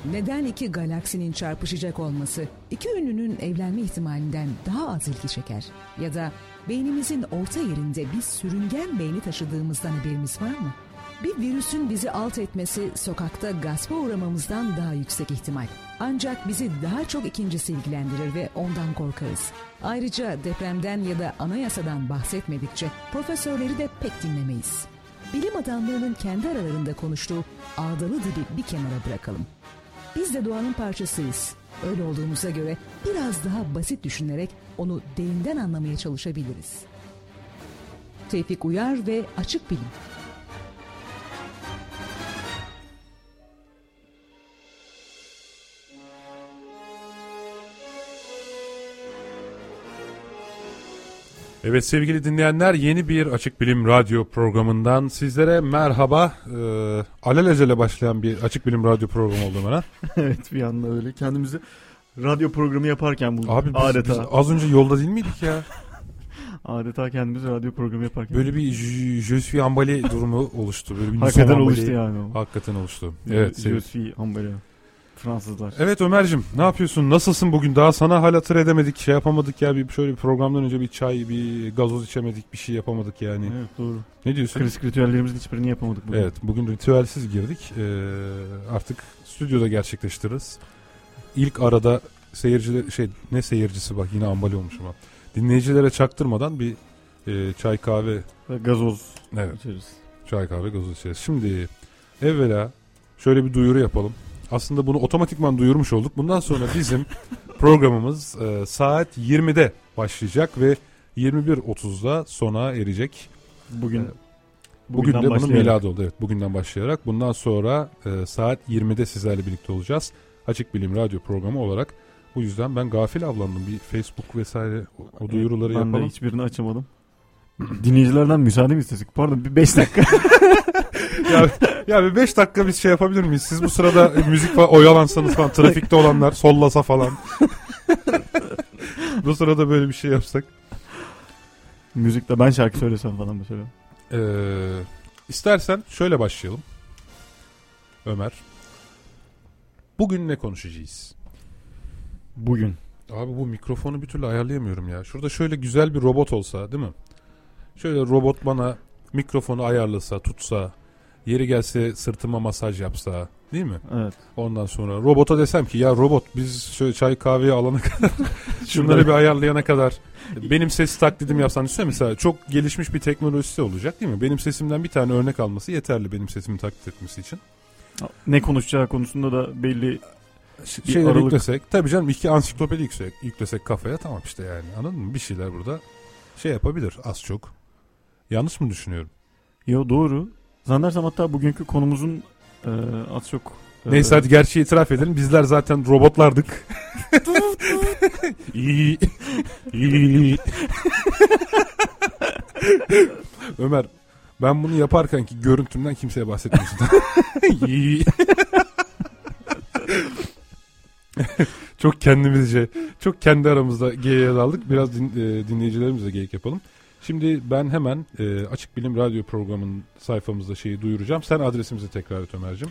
Neden iki galaksinin çarpışacak olması iki ünlünün evlenme ihtimalinden daha az ilgi çeker? Ya da beynimizin orta yerinde bir sürüngen beyni taşıdığımızdan haberimiz var mı? Bir virüsün bizi alt etmesi sokakta gaspa uğramamızdan daha yüksek ihtimal. Ancak bizi daha çok ikincisi ilgilendirir ve ondan korkarız. Ayrıca depremden ya da anayasadan bahsetmedikçe profesörleri de pek dinlemeyiz. Bilim adamlarının kendi aralarında konuştuğu ağdalı dili bir kenara bırakalım. Biz de doğanın parçasıyız. Öyle olduğumuza göre biraz daha basit düşünerek onu derinden anlamaya çalışabiliriz. Tevfik Uyar ve Açık Bilim. Evet sevgili dinleyenler, yeni bir Açık Bilim Radyo programından sizlere merhaba. Alelacele başlayan bir Açık Bilim Radyo programı oldu bana. Evet, bir anda öyle kendimizi radyo programı yaparken bulduk. Abi biz az önce yolda değil miydik ya? Adeta kendimizi radyo programı yaparken. Böyle bir je suis emballé durumu oluştu. Böyle bir hakikaten oluştu yani. Hakikaten oluştu. Evet. Je suis emballé. Fransızlar. Evet Ömer'cim, ne yapıyorsun? Nasılsın bugün? Daha sana hal hatır edemedik, şey yapamadık ya. Şöyle bir programdan önce bir çay, bir gazoz içemedik, bir şey yapamadık yani. Evet, doğru. Ne diyorsun? Klasik ritüellerimizin hiçbirini yapamadık bugün. Evet, bugün ritüelsiz girdik. Artık stüdyoda gerçekleştiririz. İlk arada seyirciler, ne seyircisi, bak yine ambali olmuş ama. Dinleyicilere çaktırmadan bir çay kahve ve gazoz içeriz. Çay kahve gazoz içeriz. Şimdi evvela şöyle bir duyuru yapalım. Aslında bunu otomatikman duyurmuş olduk. Bundan sonra bizim programımız saat 20'de başlayacak ve 21.30'da sona erecek. Bugün de bunun miladı oldu. Evet, bugünden başlayarak. Bundan sonra saat 20'de sizlerle birlikte olacağız. Açık Bilim Radyo programı olarak. Bu yüzden ben gafil avlandım. Bir Facebook vesaire o duyuruları yapalım. Ben de hiçbirini açamadım. Dinleyicilerden müsaade mi istesek? Pardon, bir 5 dakika. ya bir 5 dakika biz şey yapabilir miyiz? Siz bu sırada müzik falan oyalansanız falan, trafikte olanlar sollasa falan. Bu sırada böyle bir şey yapsak. Müzikte ben şarkı söylesem falan mesela. İstersen şöyle başlayalım. Ömer. Bugün ne konuşacağız? Bugün. Abi bu mikrofonu bir türlü ayarlayamıyorum ya. Şurada şöyle güzel bir robot olsa, değil mi? Şöyle robot bana mikrofonu ayarlasa, tutsa, yeri gelse sırtıma masaj yapsa, değil mi? Evet. Ondan sonra robota desem ki ya robot, biz şöyle çay kahveyi alana kadar şunları bir ayarlayana kadar benim ses taklidimi yapsan, düşünsene mesela çok gelişmiş bir teknolojisi olacak, değil mi? Benim sesimden bir tane örnek alması yeterli benim sesimi taklit etmesi için. Ne konuşacağı konusunda da belli şeyleri aralık yüklesek. Tabii canım, 2 ansiklopedi yüklesek kafaya, tamam işte yani, anladın mı? Bir şeyler burada şey yapabilir az çok. Yanlış mı düşünüyorum? Yo, doğru. Zannedersem hatta bugünkü konumuzun az çok... Neyse hadi gerçeği itiraf edelim. Bizler zaten robotlardık. İyi. Ömer, ben bunu yaparken ki görüntümden kimseye bahsetmiyorsun. İyi. Çok kendimizce, çok kendi aramızda geyiğe daldık. Biraz dinleyicilerimizle geyik yapalım. Şimdi ben hemen Açık Bilim Radyo programının sayfamızda şeyi duyuracağım. Sen adresimizi tekrar et Ömer'cim.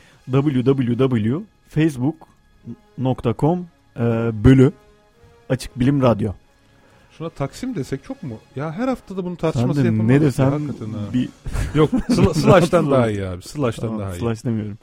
www.facebook.com Açık Bilim Radyo. Şuna Taksim desek çok mu? Ya her hafta da bunu tartışması yapamazsın. Ne desem bir... Yok, Slash'tan daha iyi abi. Slash'tan tamam, daha iyi. Slash demiyorum.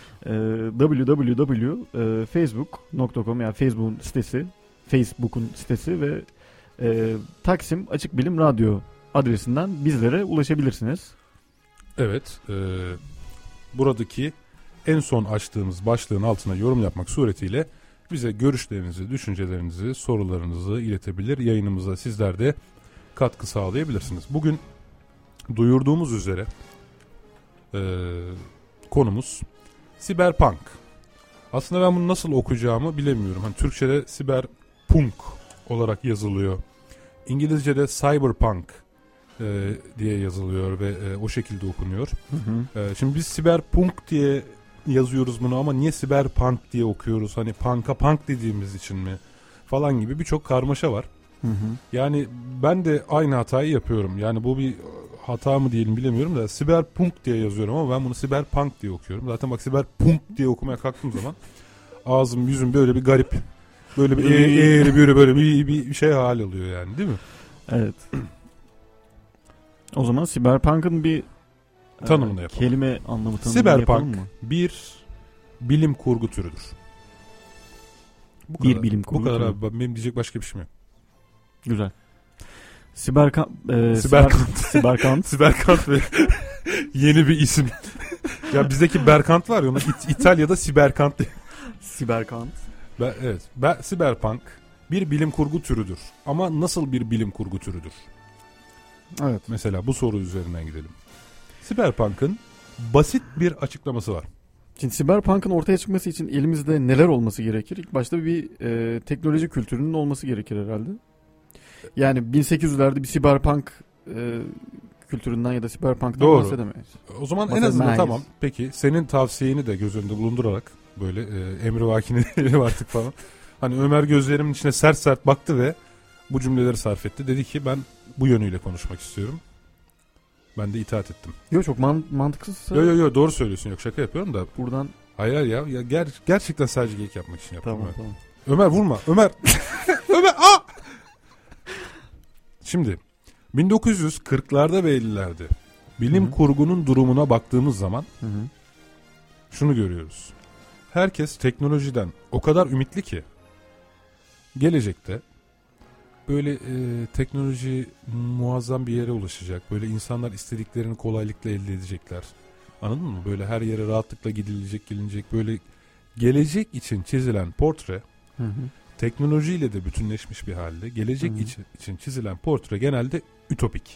www.facebook.com yani Facebook'un sitesi ve Taksim Açık Bilim Radyo adresinden bizlere ulaşabilirsiniz. Evet. Buradaki en son açtığımız başlığın altına yorum yapmak suretiyle bize görüşlerinizi, düşüncelerinizi, sorularınızı iletebilir. Yayınımıza sizler de katkı sağlayabilirsiniz. Bugün duyurduğumuz üzere konumuz Siberpunk. Aslında ben bunu nasıl okuyacağımı bilemiyorum. Hani Türkçe'de Siberpunk olarak yazılıyor. İngilizce'de Cyberpunk diye yazılıyor ve o şekilde okunuyor. Şimdi biz Siberpunk diye yazıyoruz bunu ama niye Siberpunk diye okuyoruz? Hani punk'a punk dediğimiz için mi? Falan gibi birçok karmaşa var. Yani ben de aynı hatayı yapıyorum. Yani bu bir hata mı diyelim bilemiyorum da Siberpunk diye yazıyorum ama ben bunu Siberpunk diye okuyorum. Zaten bak, Siberpunk diye okumaya kalktığım zaman ağzım yüzüm böyle bir garip. Böyle bir eğri böyle bir şey hal oluyor yani, değil mi? Evet. O zaman Cyberpunk'ın bir tanımını yapalım. Kelime anlamı tanımını yapalım mı? Cyberpunk bir bilim kurgu türüdür. Bu Bir kadar. bilim kurgu Bu kadar türü. abi. Benim diyecek başka bir şeyim yok. Güzel. Cyberkant ve yeni bir isim. Ya bizdeki Berkant var ya, ona İtalya'da Cyberkant diye. Cyberkant. Evet. Cyberpunk bir bilim kurgu türüdür. Ama nasıl bir bilim kurgu türüdür? Evet. Mesela bu soru üzerinden gidelim. Cyberpunk'ın basit bir açıklaması var. Şimdi Cyberpunk'ın ortaya çıkması için elimizde neler olması gerekir? İlk başta bir teknoloji kültürünün olması gerekir herhalde. Yani 1800'lerde bir Cyberpunk kültüründen ya da Cyberpunk'tan bahsedemeyiz. O zaman en azından tamam. Peki senin tavsiyeni de göz önünde bulundurarak böyle emrivakini artık falan. Hani Ömer gözlerimin içine sert sert baktı ve bu cümleleri sarf etti. Dedi ki ben bu yönüyle konuşmak istiyorum. Ben de itaat ettim. Yok çok mantıksız. Yok doğru söylüyorsun. Yok şaka yapıyorum da. Buradan. Hayır ya gerçekten sadece geyik yapmak için yaptım. Tamam. Ömer vurma. Ömer. Ömer. Aa! Şimdi 1940'larda ve 50'lerde bilim kurgunun durumuna baktığımız zaman şunu görüyoruz. Herkes teknolojiden o kadar ümitli ki gelecekte böyle teknoloji muazzam bir yere ulaşacak. Böyle insanlar istediklerini kolaylıkla elde edecekler. Anladın mı? Böyle her yere rahatlıkla gelinecek. Böyle gelecek için çizilen portre teknolojiyle de bütünleşmiş bir halde. Gelecek için çizilen portre genelde ütopik.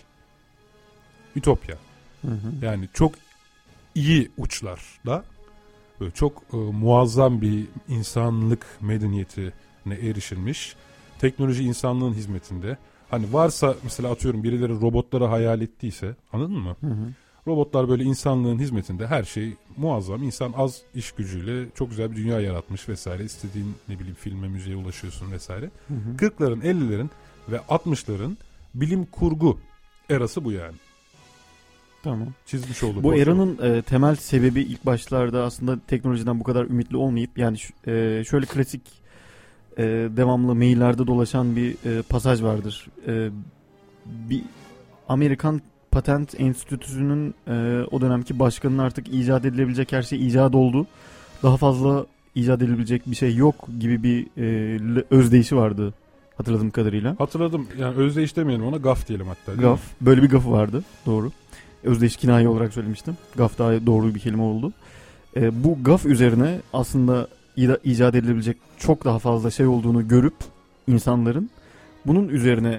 Ütopya. Yani çok iyi uçlarla böyle çok muazzam bir insanlık medeniyetine erişilmiş. Teknoloji insanlığın hizmetinde. Hani varsa mesela atıyorum birileri robotları hayal ettiyse, anladın mı? Robotlar böyle insanlığın hizmetinde, her şey muazzam. İnsan az iş gücüyle çok güzel bir dünya yaratmış vesaire. İstediğin ne bileyim filme, müziğe ulaşıyorsun vesaire. 40'ların, 50'lerin ve 60'ların bilim kurgu erası bu yani. Tamam. Çizmiş olduğu. Bu eranın temel sebebi ilk başlarda aslında teknolojiden bu kadar ümitli olmayıp yani şöyle klasik devamlı maillerde dolaşan bir pasaj vardır. Bir Amerikan Patent Enstitüsü'nün o dönemki başkanının artık icat edilebilecek her şey icat oldu. Daha fazla icat edilebilecek bir şey yok gibi bir özdeyişi vardı hatırladığım kadarıyla. Hatırladım. Yani özdeyiş demeyelim ona, gaf diyelim hatta. Gaf. Böyle bir gafı vardı. Doğru. Özdeyiş kinaye olarak söylemiştim. Gaf daha doğru bir kelime oldu. Bu gaf üzerine aslında icat edilebilecek çok daha fazla şey olduğunu görüp insanların bunun üzerine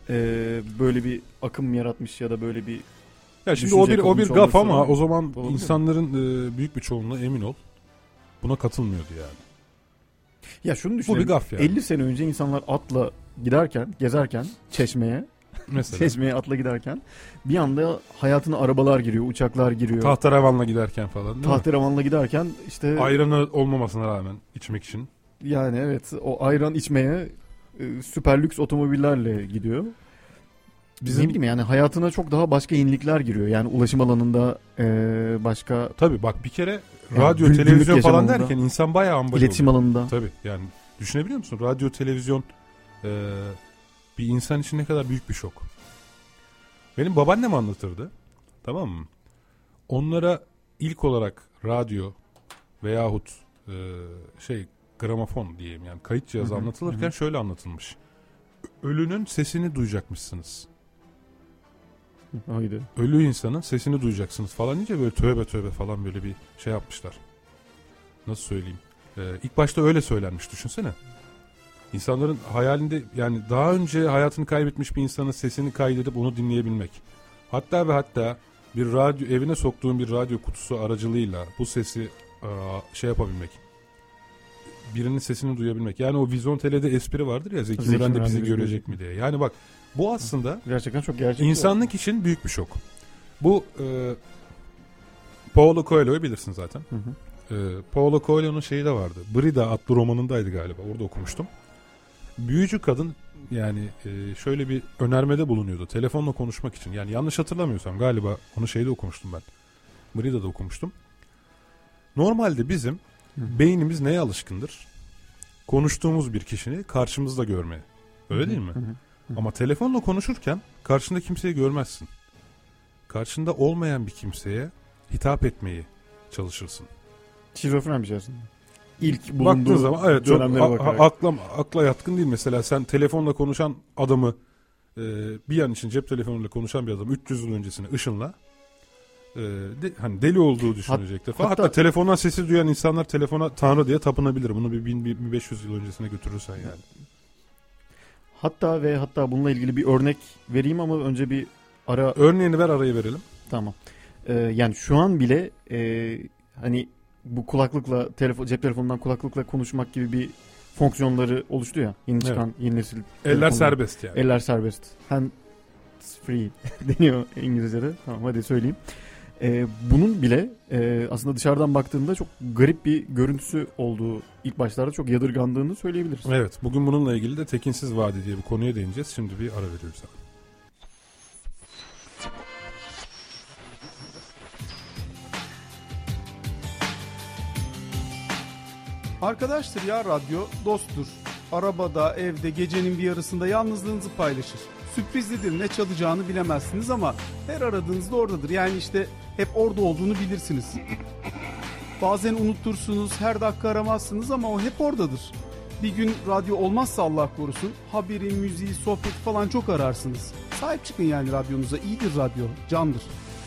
böyle bir akım yaratmış ya da böyle bir ya şimdi o bir gaf ama o zaman insanların büyük bir çoğunluğu emin ol buna katılmıyordu yani. Ya şunu düşünelim. Bu bir gaf yani. 50 sene önce insanlar atla giderken, gezerken Çeşme'ye mesela. Çeşme'ye atla giderken bir anda hayatına arabalar giriyor, uçaklar giriyor. Tahterevanla giderken falan. Tahterevanla giderken işte ayranı olmamasına rağmen içmek için. Yani evet, o ayran içmeye süper lüks otomobillerle gidiyor. Ne bileyim yani hayatına çok daha başka yenilikler giriyor. Yani ulaşım alanında başka. Tabii bak bir kere radyo, televizyon falan derken insan bayağı ambal İletişim oluyor. alanında. Tabii yani düşünebiliyor musun? Radyo, televizyon bir insan için ne kadar büyük bir şok. Benim babaannem anlatırdı. Tamam mı? Onlara ilk olarak radyo veyahut gramofon diyeyim yani kayıt cihazı anlatılırken şöyle anlatılmış. Ölünün sesini duyacakmışsınız. Haydi. Ölü insanın sesini duyacaksınız falan deyince böyle tövbe falan böyle bir şey yapmışlar. Nasıl söyleyeyim? İlk başta öyle söylenmiş, düşünsene. İnsanların hayalinde yani daha önce hayatını kaybetmiş bir insanın sesini kaydedip onu dinleyebilmek. Hatta ve hatta bir radyo, evine soktuğun bir radyo kutusu aracılığıyla bu sesi yapabilmek. Birinin sesini duyabilmek. Yani o Vizontele'de espri vardır ya, Zeki Müren de bizi görecek mi diye. Yani bak bu aslında gerçekten çok gerçekçi. İnsanlık için büyük bir şok. Bu Paulo Coelho'yu bilirsin zaten. Paulo Coelho'nun şeyi de vardı. Brida adlı romanındaydı galiba. Orada okumuştum. Büyücü kadın yani şöyle bir önermede bulunuyordu. Telefonla konuşmak için. Yani yanlış hatırlamıyorsam galiba onu şeyde okumuştum ben. Brida'da okumuştum. Normalde bizim Beynimiz neye alışkındır? Konuştuğumuz bir kişiyi karşımızda görmeye. Öyle değil mi? Ama telefonla konuşurken karşında kimseyi görmezsin. Karşında olmayan bir kimseye hitap etmeyi çalışırsın. Şizofren bir şey aslında. İlk bulunduğu baktığın zaman evet, çok dönemlere bakarak. akla yatkın değil. Mesela sen telefonla konuşan adamı bir an için cep telefonuyla konuşan bir adamı 300 yıl öncesine ışınla hani deli olduğu düşünecektir falan. Hatta telefondan sesi duyan insanlar telefona tanrı diye tapınabilir. Bunu bir 1500 yıl öncesine götürürsen yani. Hatta bununla ilgili bir örnek vereyim ama önce bir örneğini ver, arayı verelim. Tamam. Yani şu an bile hani bu kulaklıkla cep telefonundan kulaklıkla konuşmak gibi bir fonksiyonları oluştu ya. Yeni çıkan yeni nesil. Eller serbest yani. Eller serbest. Hands free deniyor İngilizce'de. Tamam, hadi söyleyeyim. Bunun bile aslında dışarıdan baktığında çok garip bir görüntüsü olduğu, ilk başlarda çok yadırgandığını söyleyebiliriz. Evet. Bugün bununla ilgili de Tekinsiz Vadi diye bir konuya değineceğiz. Şimdi bir ara veriyoruz abi. Arkadaştır ya radyo, dosttur. Arabada, evde, gecenin bir yarısında yalnızlığınızı paylaşır. Sürprizlidir, ne çalacağını bilemezsiniz ama her aradığınızda oradadır. Yani işte hep orada olduğunu bilirsiniz. Bazen unutursunuz, her dakika aramazsınız ama o hep oradadır. Bir gün radyo olmazsa Allah korusun, haberi, müziği, sohbet falan çok ararsınız. Sahip çıkın yani radyonuza, iyidir radyo, candır.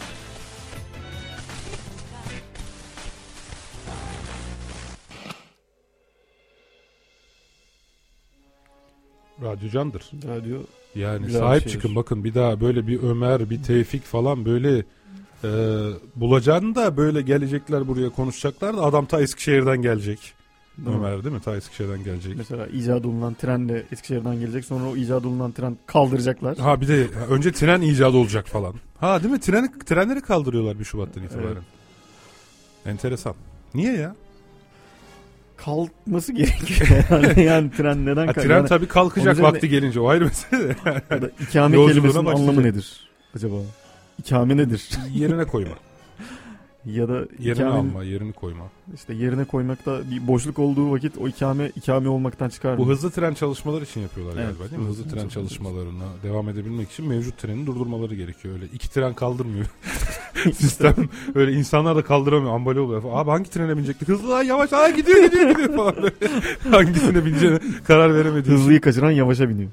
Radyo candır. Radyo yani sahip çıkın. Bakın bir daha böyle bir Ömer, bir Tevfik falan böyle bulacağını da böyle gelecekler buraya konuşacaklar da adam ta Eskişehir'den gelecek. Değil Ömer değil mi? Ta Eskişehir'den gelecek. Mesela icat olunan trenle Eskişehir'den gelecek, sonra o icat olunan tren kaldıracaklar. Ha bir de önce tren icat olacak falan. Ha değil mi? Trenleri kaldırıyorlar 1 Şubat'tan itibaren. Evet. Enteresan. Niye ya? Kalkması gerekiyor. yani tren neden kalkıyor? Tren tabii kalkacak vakti gelince, o ayrı mesele. Ya da ikame kelimesinin anlamı nedir acaba? İkame nedir? Yerine koyma. Ya da yerine alma, yerini koyma. İşte yerine koymakta bir boşluk olduğu vakit o ikame olmaktan çıkar mı? Bu hızlı tren çalışmaları için yapıyorlar galiba değil mi? Hızlı tren çalışmalarına devam edebilmek için mevcut treni durdurmaları gerekiyor. Öyle 2 tren kaldırmıyor. Sistem öyle, insanlar da kaldıramıyor. Ambale oluyor. Abi hangi trene binecektik? Hızlı lan, yavaş. Gidiyor falan. Hangisine bineceğine karar veremedi. Hızlıyı kaçıran yavaşa biniyor.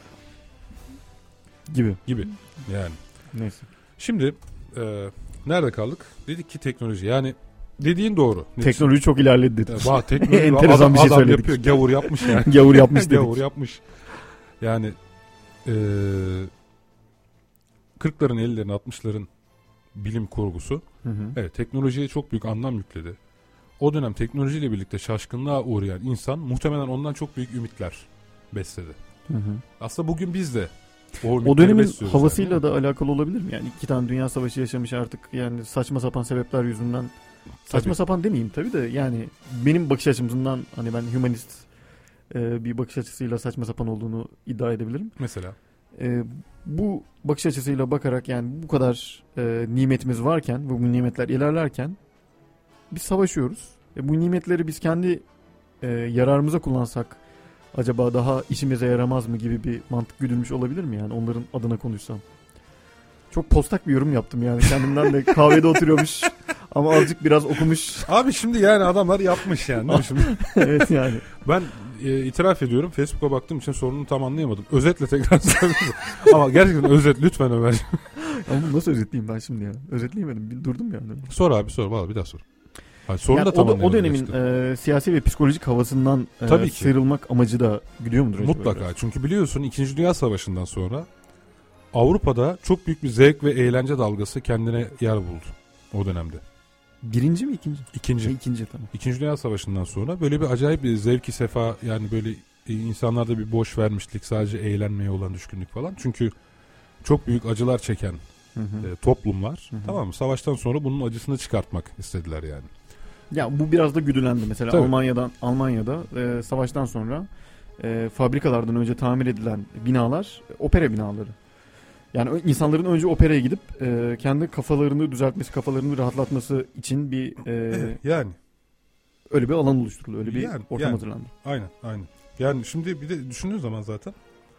Gibi. Yani. Neyse. Şimdi nerede kaldık? Dedik ki teknoloji. Yani dediğin doğru. Teknoloji çok ilerledi dedik. Teknoloji enteresan bir şey söyledik. Yapıyor. Gavur yapmış yani. Gavur yapmış dedik. Gavur yapmış. Yani 40'ların 50'lerin 60'ların bilim kurgusu evet teknolojiye çok büyük anlam yükledi. O dönem teknolojiyle birlikte şaşkınlığa uğrayan insan muhtemelen ondan çok büyük ümitler besledi. Aslında bugün biz de o dönemin havasıyla yani da alakalı olabilir mi? Yani 2 tane dünya savaşı yaşamış artık, yani saçma sapan sebepler yüzünden. Saçma sapan demeyeyim tabii de, yani benim bakış açımdan, hani ben humanist bir bakış açısıyla saçma sapan olduğunu iddia edebilirim. Mesela bu bakış açısıyla bakarak, yani bu kadar nimetimiz varken, bu nimetler ilerlerken biz savaşıyoruz. Bu nimetleri biz kendi yararımıza kullansak acaba daha işimize yaramaz mı gibi bir mantık güdülmüş olabilir mi, yani onların adına konuşsam? Çok postak bir yorum yaptım yani kendimden de, kahvede oturuyormuş ama azıcık biraz okumuş. Abi şimdi yani adamlar yapmış yani. Evet yani. Ben itiraf ediyorum, Facebook'a baktığım için sorunu tam anlayamadım. Özetle tekrar söyleyeyim. Ama gerçekten özet lütfen Ömerciğim. Ama nasıl özetleyeyim ben şimdi ya? Özetleyemedim. Durdum yani. Sor abi sor. Vallahi bir daha sor. Yani yani o dönemin siyasi ve psikolojik havasından sıyrılmak amacı da gidiyor mudur? Mutlaka. Biraz? Çünkü biliyorsun 2. Dünya Savaşı'ndan sonra Avrupa'da çok büyük bir zevk ve eğlence dalgası kendine yer buldu o dönemde. Birinci mi ikinci? İkinci. İkinci tamam. 2. Dünya Savaşı'ndan sonra böyle bir acayip bir zevki sefa, yani böyle insanlarda bir boş vermişlik, sadece eğlenmeye olan düşkünlük falan. Çünkü çok büyük acılar çeken toplumlar, tamam mı? Savaştan sonra bunun acısını çıkartmak istediler yani. Ya bu biraz da güdülendi mesela. Tabii. Almanya'da savaştan sonra fabrikalardan önce tamir edilen binalar opera binaları. Yani insanların önce operaya gidip kendi kafalarını düzeltmesi, kafalarını rahatlatması için bir yani öyle bir alan oluşturuldu. Öyle bir Yani, ortam hazırlandı. Aynen. Yani şimdi bir de düşündüğün zaman zaten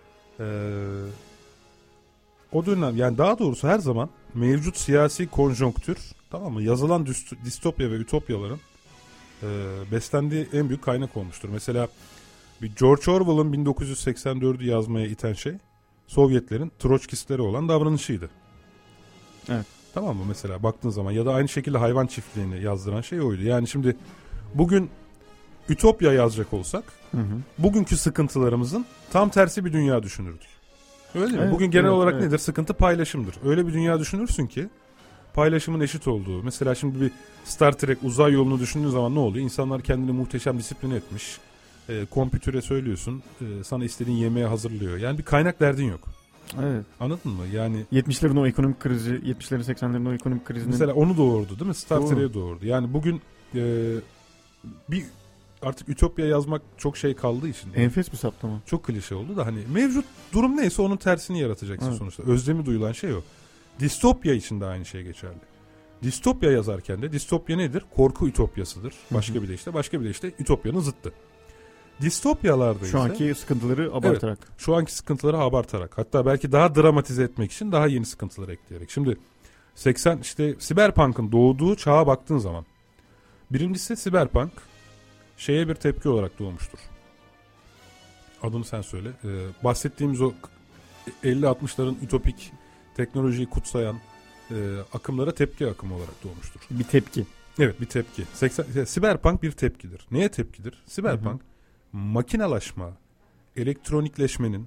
o dönem, yani daha doğrusu her zaman mevcut siyasi konjonktür, tamam mı, yazılan distopya ve ütopyaların beslendiği en büyük kaynak olmuştur. Mesela bir George Orwell'ın 1984'ü yazmaya iten şey Sovyetlerin Troçkistleri olan davranışıydı. Evet. Tamam mı, mesela baktığın zaman, ya da aynı şekilde hayvan çiftliğini yazdıran şey oydu. Yani şimdi bugün ütopya yazacak olsak bugünkü sıkıntılarımızın tam tersi bir dünya düşünürdük. Öyle değil mi? Bugün genel olarak nedir? Sıkıntı paylaşımdır. Öyle bir dünya düşünürsün ki paylaşımın eşit olduğu. Mesela şimdi bir Star Trek uzay yolunu düşündüğün zaman ne oluyor? İnsanlar kendini muhteşem disipline etmiş. Kompütöre söylüyorsun, sana istediğin yemeği hazırlıyor. Yani bir kaynak derdin yok. Evet. Anladın mı? Yani 70'lerin o ekonomik krizi, 70'lerin 80'lerin o ekonomik krizinin... Mesela onu doğurdu değil mi? Star Trek'e doğurdu. Yani bugün bir artık ütopya yazmak çok şey kaldığı için. Enfes bir saptama. Çok klişe oldu da, hani mevcut durum neyse onun tersini yaratacaksın sonuçta. Özlemi duyulan şey o. Distopya için de aynı şey geçerli. Distopya yazarken de distopya nedir? Korku ütopyasıdır. Başka bir de işte ütopyanın zıttı. Distopyalarda şu anki sıkıntıları abartarak. Evet, şu anki sıkıntıları abartarak. Hatta belki daha dramatize etmek için daha yeni sıkıntılar ekleyerek. Şimdi 80 işte Cyberpunk'ın doğduğu çağa baktığın zaman, birincisi Cyberpunk şeye bir tepki olarak doğmuştur. Adını sen söyle. Bahsettiğimiz o 50-60'ların ütopik teknolojiyi kutsayan akımlara tepki akımı olarak doğmuştur. Bir tepki. Evet, bir tepki. Cyberpunk bir tepkidir. Neye tepkidir? Cyberpunk makinalaşma, elektronikleşmenin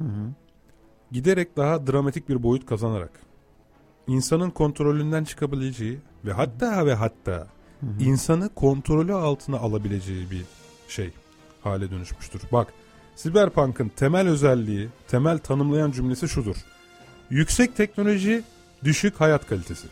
giderek daha dramatik bir boyut kazanarak insanın kontrolünden çıkabileceği ve hatta insanı kontrolü altına alabileceği bir şey hale dönüşmüştür. Bak, Cyberpunk'ın temel özelliği, temel tanımlayan cümlesi şudur: yüksek teknoloji, düşük hayat kalitesi.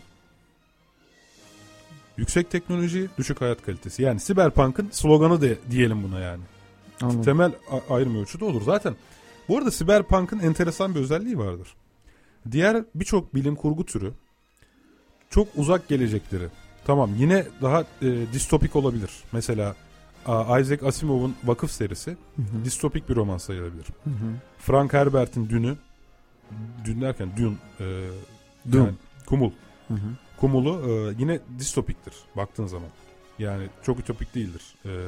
Yüksek teknoloji, düşük hayat kalitesi. Yani Cyberpunk'ın sloganı de diyelim buna yani. Anladım. Temel ayrım ölçüde olur. Zaten bu arada Cyberpunk'ın enteresan bir özelliği vardır. Diğer birçok bilim kurgu türü çok uzak gelecekleri. Tamam, yine daha distopik olabilir. Mesela Isaac Asimov'un Vakıf serisi distopik bir roman sayılabilir. Frank Herbert'in Dune derken Dune. Yani Kumul. Kumul'u yine distopiktir baktığın zaman. Yani çok ütopik değildir.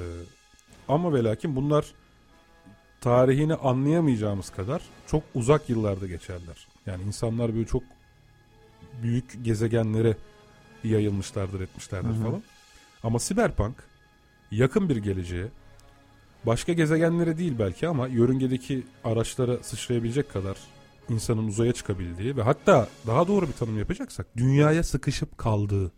Ama ve lakin bunlar tarihini anlayamayacağımız kadar çok uzak yıllarda geçerler. Yani insanlar böyle çok büyük gezegenlere yayılmışlardır, etmişlerdir falan. Ama Cyberpunk yakın bir geleceğe, başka gezegenlere değil belki ama yörüngedeki araçlara sıçrayabilecek kadar insanın uzaya çıkabildiği ve hatta daha doğru bir tanım yapacaksak dünyaya sıkışıp kaldığı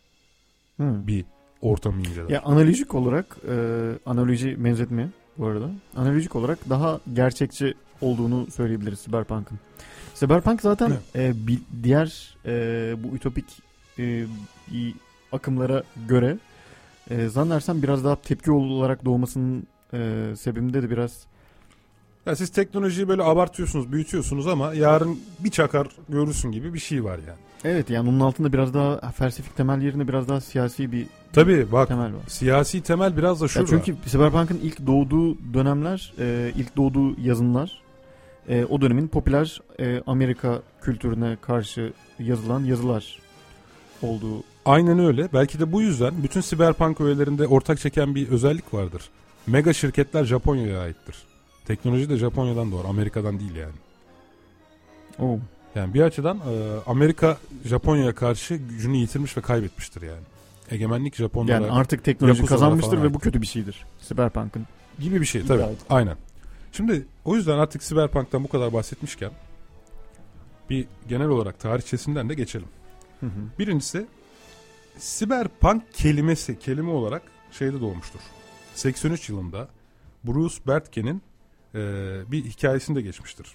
bir ortamı inceler. Ya analojik olarak, analoji benzetme bu arada, analojik olarak daha gerçekçi olduğunu söyleyebiliriz Cyberpunk'ın. Cyberpunk zaten diğer bu ütopik akımlara göre zannedersem biraz daha tepki olarak doğmasının sebebinde de biraz... Ya siz teknolojiyi böyle abartıyorsunuz, büyütüyorsunuz ama yarın bir çakar görürsün gibi bir şey var yani. Evet, yani onun altında biraz daha felsefik temel yerine biraz daha siyasi bir temel var. Siyasi temel biraz da şurada. Çünkü Cyberpunk'ın ilk doğduğu dönemler, ilk doğduğu yazımlar o dönemin popüler Amerika kültürüne karşı yazılan yazılar olduğu. Aynen öyle. Belki de bu yüzden bütün Cyberpunk öğelerinde ortak çeken bir özellik vardır. Mega şirketler Japonya'ya aittir. Teknoloji de Japonya'dan doğru, Amerika'dan değil yani. Oh. Yani bir açıdan Amerika Japonya'ya karşı gücünü yitirmiş ve kaybetmiştir yani. Egemenlik Japonlara... Yani artık teknoloji kazanmıştır ve bu kötü bir şeydir. Cyberpunk'ın. Gibi bir şey tabii. Aynen. Şimdi o yüzden artık Cyberpunk'tan bu kadar bahsetmişken bir genel olarak tarihçesinden de geçelim. Birincisi, Cyberpunk kelime olarak şeyde doğmuştur. 83 yılında Bruce Bertke'nin bir hikayesinde geçmiştir.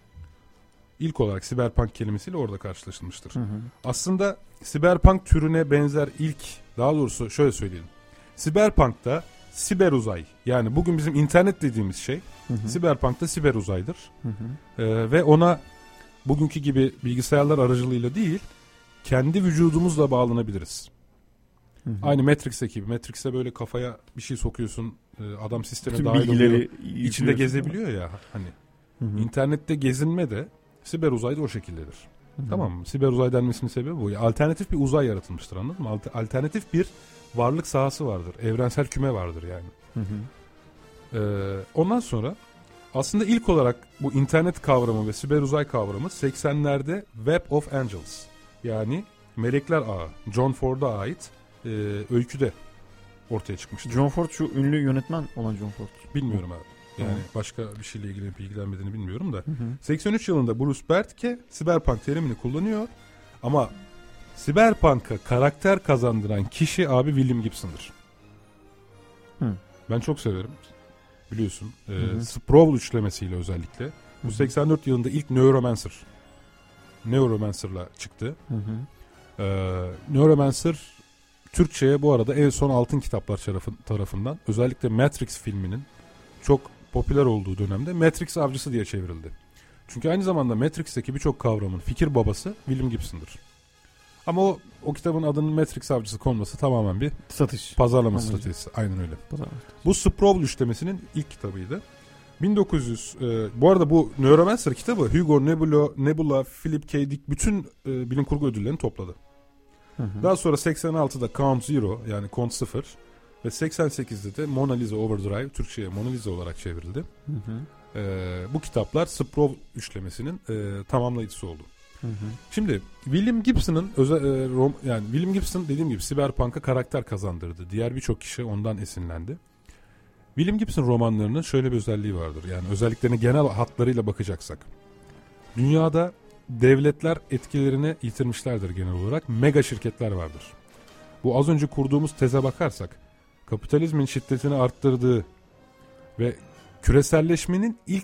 İlk olarak Cyberpunk kelimesiyle orada karşılaşılmıştır. Aslında Cyberpunk türüne benzer daha doğrusu şöyle söyleyelim. Cyberpunk'ta siber uzay, yani bugün bizim internet dediğimiz şey, Cyberpunk'ta siber uzaydır. Ve ona bugünkü gibi bilgisayarlar aracılığıyla değil, kendi vücudumuzla bağlanabiliriz. Hı hı. Aynı Matrix'teki gibi. Matrix'e böyle kafaya bir şey sokuyorsun. Adam sisteme Bütün dahil oluyor. bilgileri İçinde gezebiliyor ya. Hani Hı hı. internette gezinme de siber uzayda o şekildedir. Hı hı. Tamam mı? Siber uzay denmesinin sebebi bu. Alternatif bir uzay yaratılmıştır, anladın mı? Alternatif bir varlık sahası vardır. Evrensel küme vardır yani. Hı hı. Ondan sonra aslında ilk olarak bu internet kavramı ve siber uzay kavramı 80'lerde Web of Angels, yani Melekler Ağı, John Ford'a ait öyküde ortaya çıkmıştır. John Ford şu ünlü yönetmen olan John Ford. Bilmiyorum abi. Yani Hı. başka bir şeyle ilgili ilgilenmediğini bilmiyorum da. Hı hı. 83 yılında Bruce Bertke Cyberpunk terimini kullanıyor. Ama Cyberpunk'a karakter kazandıran kişi abi William Gibson'dır. Hı. Ben çok severim. Biliyorsun. Hı. Sprawl üçlemesiyle özellikle. Bu Hı hı. 84 yılında ilk Neuromancer'la çıktı. Hı hı. Neuromancer Türkçe'ye bu arada En Son Altın Kitaplar tarafından özellikle Matrix filminin çok popüler olduğu dönemde Matrix Avcısı diye çevrildi. Çünkü aynı zamanda Matrix'teki birçok kavramın fikir babası William Gibson'dır. Ama o kitabın adının Matrix Avcısı konması tamamen bir Satış. pazarlama stratejisi. Aynen öyle. Bu Sprawl üçlemesinin ilk kitabıydı. 1900 bu arada bu Neuromancer kitabı Hugo, Nebula, Philip K. Dick bütün bilim kurgu ödüllerini topladı. Hı hı. Daha sonra 86'da Count Zero, yani Kont 0 ve 88'de de Mona Lisa Overdrive, Türkçe'ye Mona Lisa olarak çevrildi. Hı hı. Bu kitaplar Sprawl üçlemesinin tamamlayıcısı oldu. Hı hı. Şimdi William Gibson'ın yani William Gibson dediğim gibi Cyberpunk'a karakter kazandırdı. Diğer birçok kişi ondan esinlendi. William Gibson romanlarının şöyle bir özelliği vardır. Yani özelliklerine genel hatlarıyla bakacaksak. Dünyada devletler etkilerini yitirmişlerdir genel olarak. Mega şirketler vardır. Bu az önce kurduğumuz teze bakarsak kapitalizmin şiddetini arttırdığı ve küreselleşmenin ilk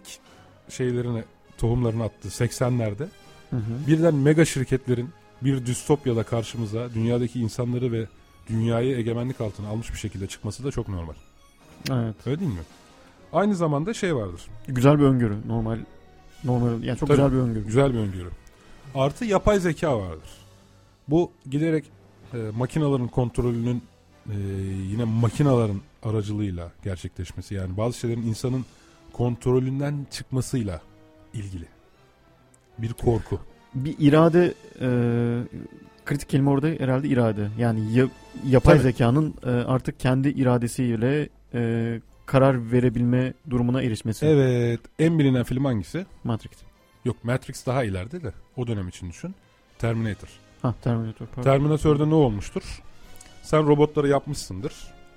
tohumlarını attığı 80'lerde Hı hı. birden mega şirketlerin bir distopyada karşımıza dünyadaki insanları ve dünyayı egemenlik altına almış bir şekilde çıkması da çok normal. Evet. Öyle değil mi? Aynı zamanda vardır. Güzel bir öngörü. Normal yani çok Tabii, güzel bir öngörü. Güzel bir öngörü. Artı yapay zeka vardır. Bu giderek makinaların kontrolünün yine makinaların aracılığıyla gerçekleşmesi, yani bazı şeylerin insanın kontrolünden çıkmasıyla ilgili bir korku. Bir irade kritik kelime orada herhalde irade. Yani yapay Tabii. zekanın artık kendi iradesiyle karar verebilme durumuna erişmesi. Evet. En bilinen film hangisi? Matrix. Yok, Matrix daha ileride de. O dönem için düşün. Terminator. Terminator. Pardon. Terminator'da ne olmuştur? Sen robotları yapmışsındır.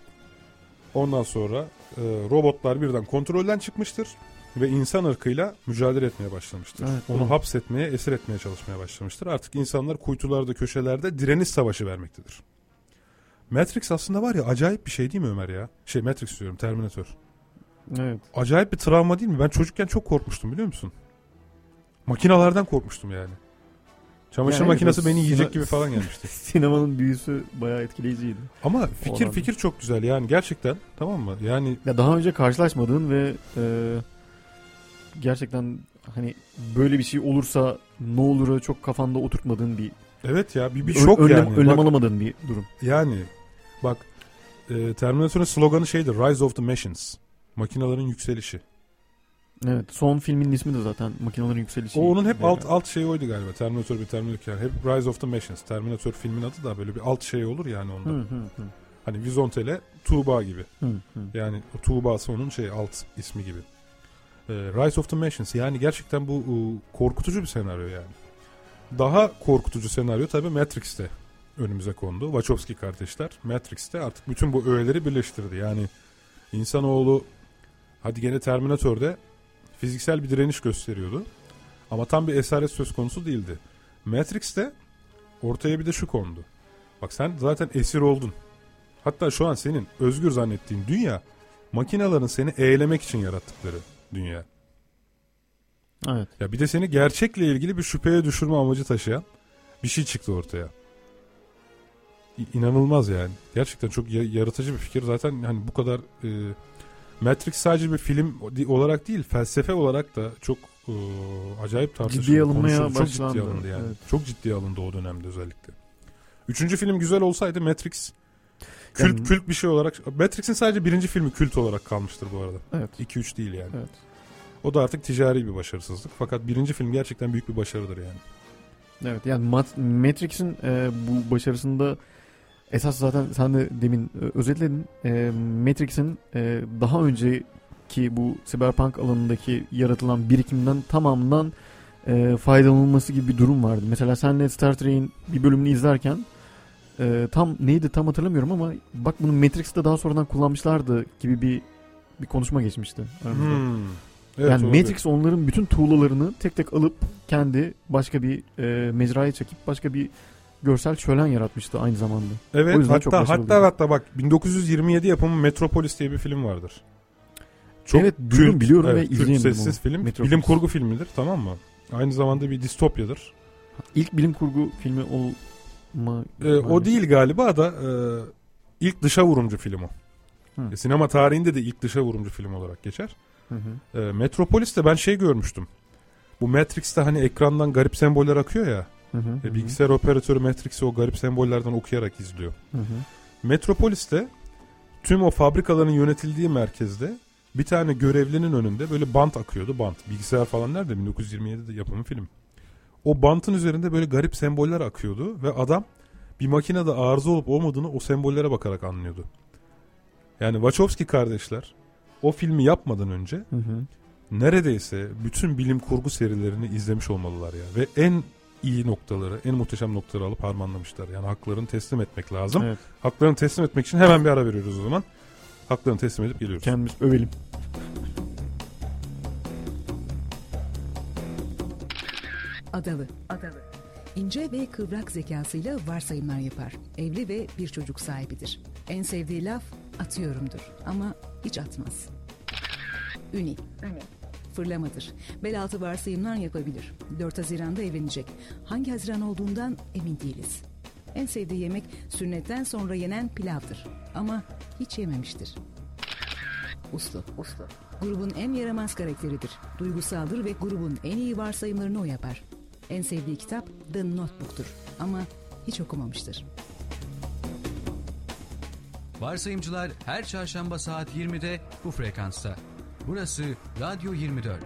Ondan sonra robotlar birden kontrolden çıkmıştır. Ve insan ırkıyla mücadele etmeye başlamıştır. Evet, Onu doğru. hapsetmeye, esir etmeye çalışmaya başlamıştır. Artık insanlar kuytularda, köşelerde direniş savaşı vermektedir. Matrix aslında var ya, acayip bir şey değil mi Ömer ya? Matrix diyorum, Terminator. Evet. Acayip bir travma değil mi? Ben çocukken çok korkmuştum, biliyor musun? Makinalardan korkmuştum yani. Çamaşır Yani makinesi evet, beni yiyecek gibi falan gelmişti. Sinemanın büyüsü bayağı etkileyiciydi. Ama Olan. fikir çok güzel yani, gerçekten, tamam mı? Yani Ya daha önce karşılaşmadığın ve gerçekten hani böyle bir şey olursa ne olur'u çok kafanda oturtmadığın bir evet ya, bir şok yani. Önlem Bak, alamadığın bir durum. yani bak, Terminator'ın sloganı Rise of the Machines. Makinaların yükselişi. Evet. Son filmin ismi de zaten Makinaların Yükselişi. O onun hep alt şeyi oydu galiba. Terminator yani. Hep Rise of the Machines. Terminator filmin adı da böyle bir alt şey olur yani onda. Hani Vizontele Tuğba gibi. Yani o Tuğba'sı onun alt ismi gibi. Rise of the Machines. Yani gerçekten bu korkutucu bir senaryo yani. Daha korkutucu senaryo tabii Matrix'te önümüze kondu. Wachowski kardeşler Matrix'te artık bütün bu öğeleri birleştirdi. Yani insanoğlu hadi gene Terminator'da fiziksel bir direniş gösteriyordu. Ama tam bir esaret söz konusu değildi. Matrix'te ortaya bir de şu kondu. Bak sen zaten esir oldun. Hatta şu an senin özgür zannettiğin dünya, makinaların seni eğlemek için yarattıkları dünya. Evet. Ya bir de seni gerçekle ilgili bir şüpheye düşürme amacı taşıyan bir şey çıktı ortaya. İnanılmaz yani. Gerçekten çok yaratıcı bir fikir. Zaten hani bu kadar Matrix sadece bir film olarak değil, felsefe olarak da çok acayip tartışıldı. Ciddiye alınmaya Çok başlandı. ciddiye alındı yani. Evet. Çok ciddiye alındı o dönemde özellikle. Üçüncü film güzel olsaydı Matrix Kült bir şey olarak. Matrix'in sadece birinci filmi kült olarak kalmıştır bu arada. Evet. 2-3 değil yani. Evet. O da artık ticari bir başarısızlık. Fakat birinci film gerçekten büyük bir başarıdır yani. Evet, yani Matrix'in bu başarısında esas zaten sen de demin özetledin. Matrix'in daha önceki bu Cyberpunk alanındaki yaratılan birikimden tamamından faydalanılması gibi bir durum vardı. Mesela senle Star Trek'in bir bölümünü izlerken tam hatırlamıyorum ama bak bunu Matrix'te daha sonradan kullanmışlardı gibi bir konuşma geçmişti. Evet, yani olabilir. Matrix onların bütün tuğlalarını tek tek alıp kendi başka bir mecraya çekip başka bir görsel şölen yaratmıştı aynı zamanda. Evet, hatta bak 1927 yapımı Metropolis diye bir film vardır. Çok evet, biliyorum ve izleyemedim. Sessiz film. Metropolis. Bilim kurgu filmidir, tamam mı? Aynı zamanda bir distopyadır. İlk bilim kurgu filmi o değil galiba da ilk dışa vurumcu film o. Sinema tarihinde de ilk dışa vurumcu film olarak geçer. Metropolis'te ben şey görmüştüm. Bu Matrix'te hani ekrandan garip semboller akıyor ya. Bilgisayar operatörü Matrix'i o garip sembollerden okuyarak izliyor. Metropolis'te tüm o fabrikaların yönetildiği merkezde bir tane görevlinin önünde böyle bant akıyordu. Bant. Bilgisayar falan nerede? 1927'de yapımı film. O bantın üzerinde böyle garip semboller akıyordu ve adam bir makinede arıza olup olmadığını o sembollere bakarak anlıyordu. Yani Wachowski kardeşler o filmi yapmadan önce neredeyse bütün bilim kurgu serilerini izlemiş olmalılar ya. Ve en iyi noktaları, en muhteşem noktaları alıp harmanlamışlar. Yani haklarını teslim etmek lazım. Evet. Haklarını teslim etmek için hemen bir ara veriyoruz o zaman. Haklarını teslim edip geliyoruz. Kendimiz övelim. Adalı. İnce ve kıvrak zekasıyla varsayımlar yapar. Evli ve bir çocuk sahibidir. En sevdiği laf atıyorumdur ama hiç atmaz. Üni. Fırlamadır. Bel altı varsayımlar yapabilir. 4 Haziran'da evlenecek. Hangi Haziran olduğundan emin değiliz. En sevdiği yemek sünnetten sonra yenen pilavdır. Ama hiç yememiştir. Uslu. Grubun en yaramaz karakteridir. Duygusaldır ve grubun en iyi varsayımlarını o yapar. En sevdiği kitap The Notebook'tur. Ama hiç okumamıştır. Varsayımcılar her çarşamba saat 20'de bu frekansta. Burası Radyo 24.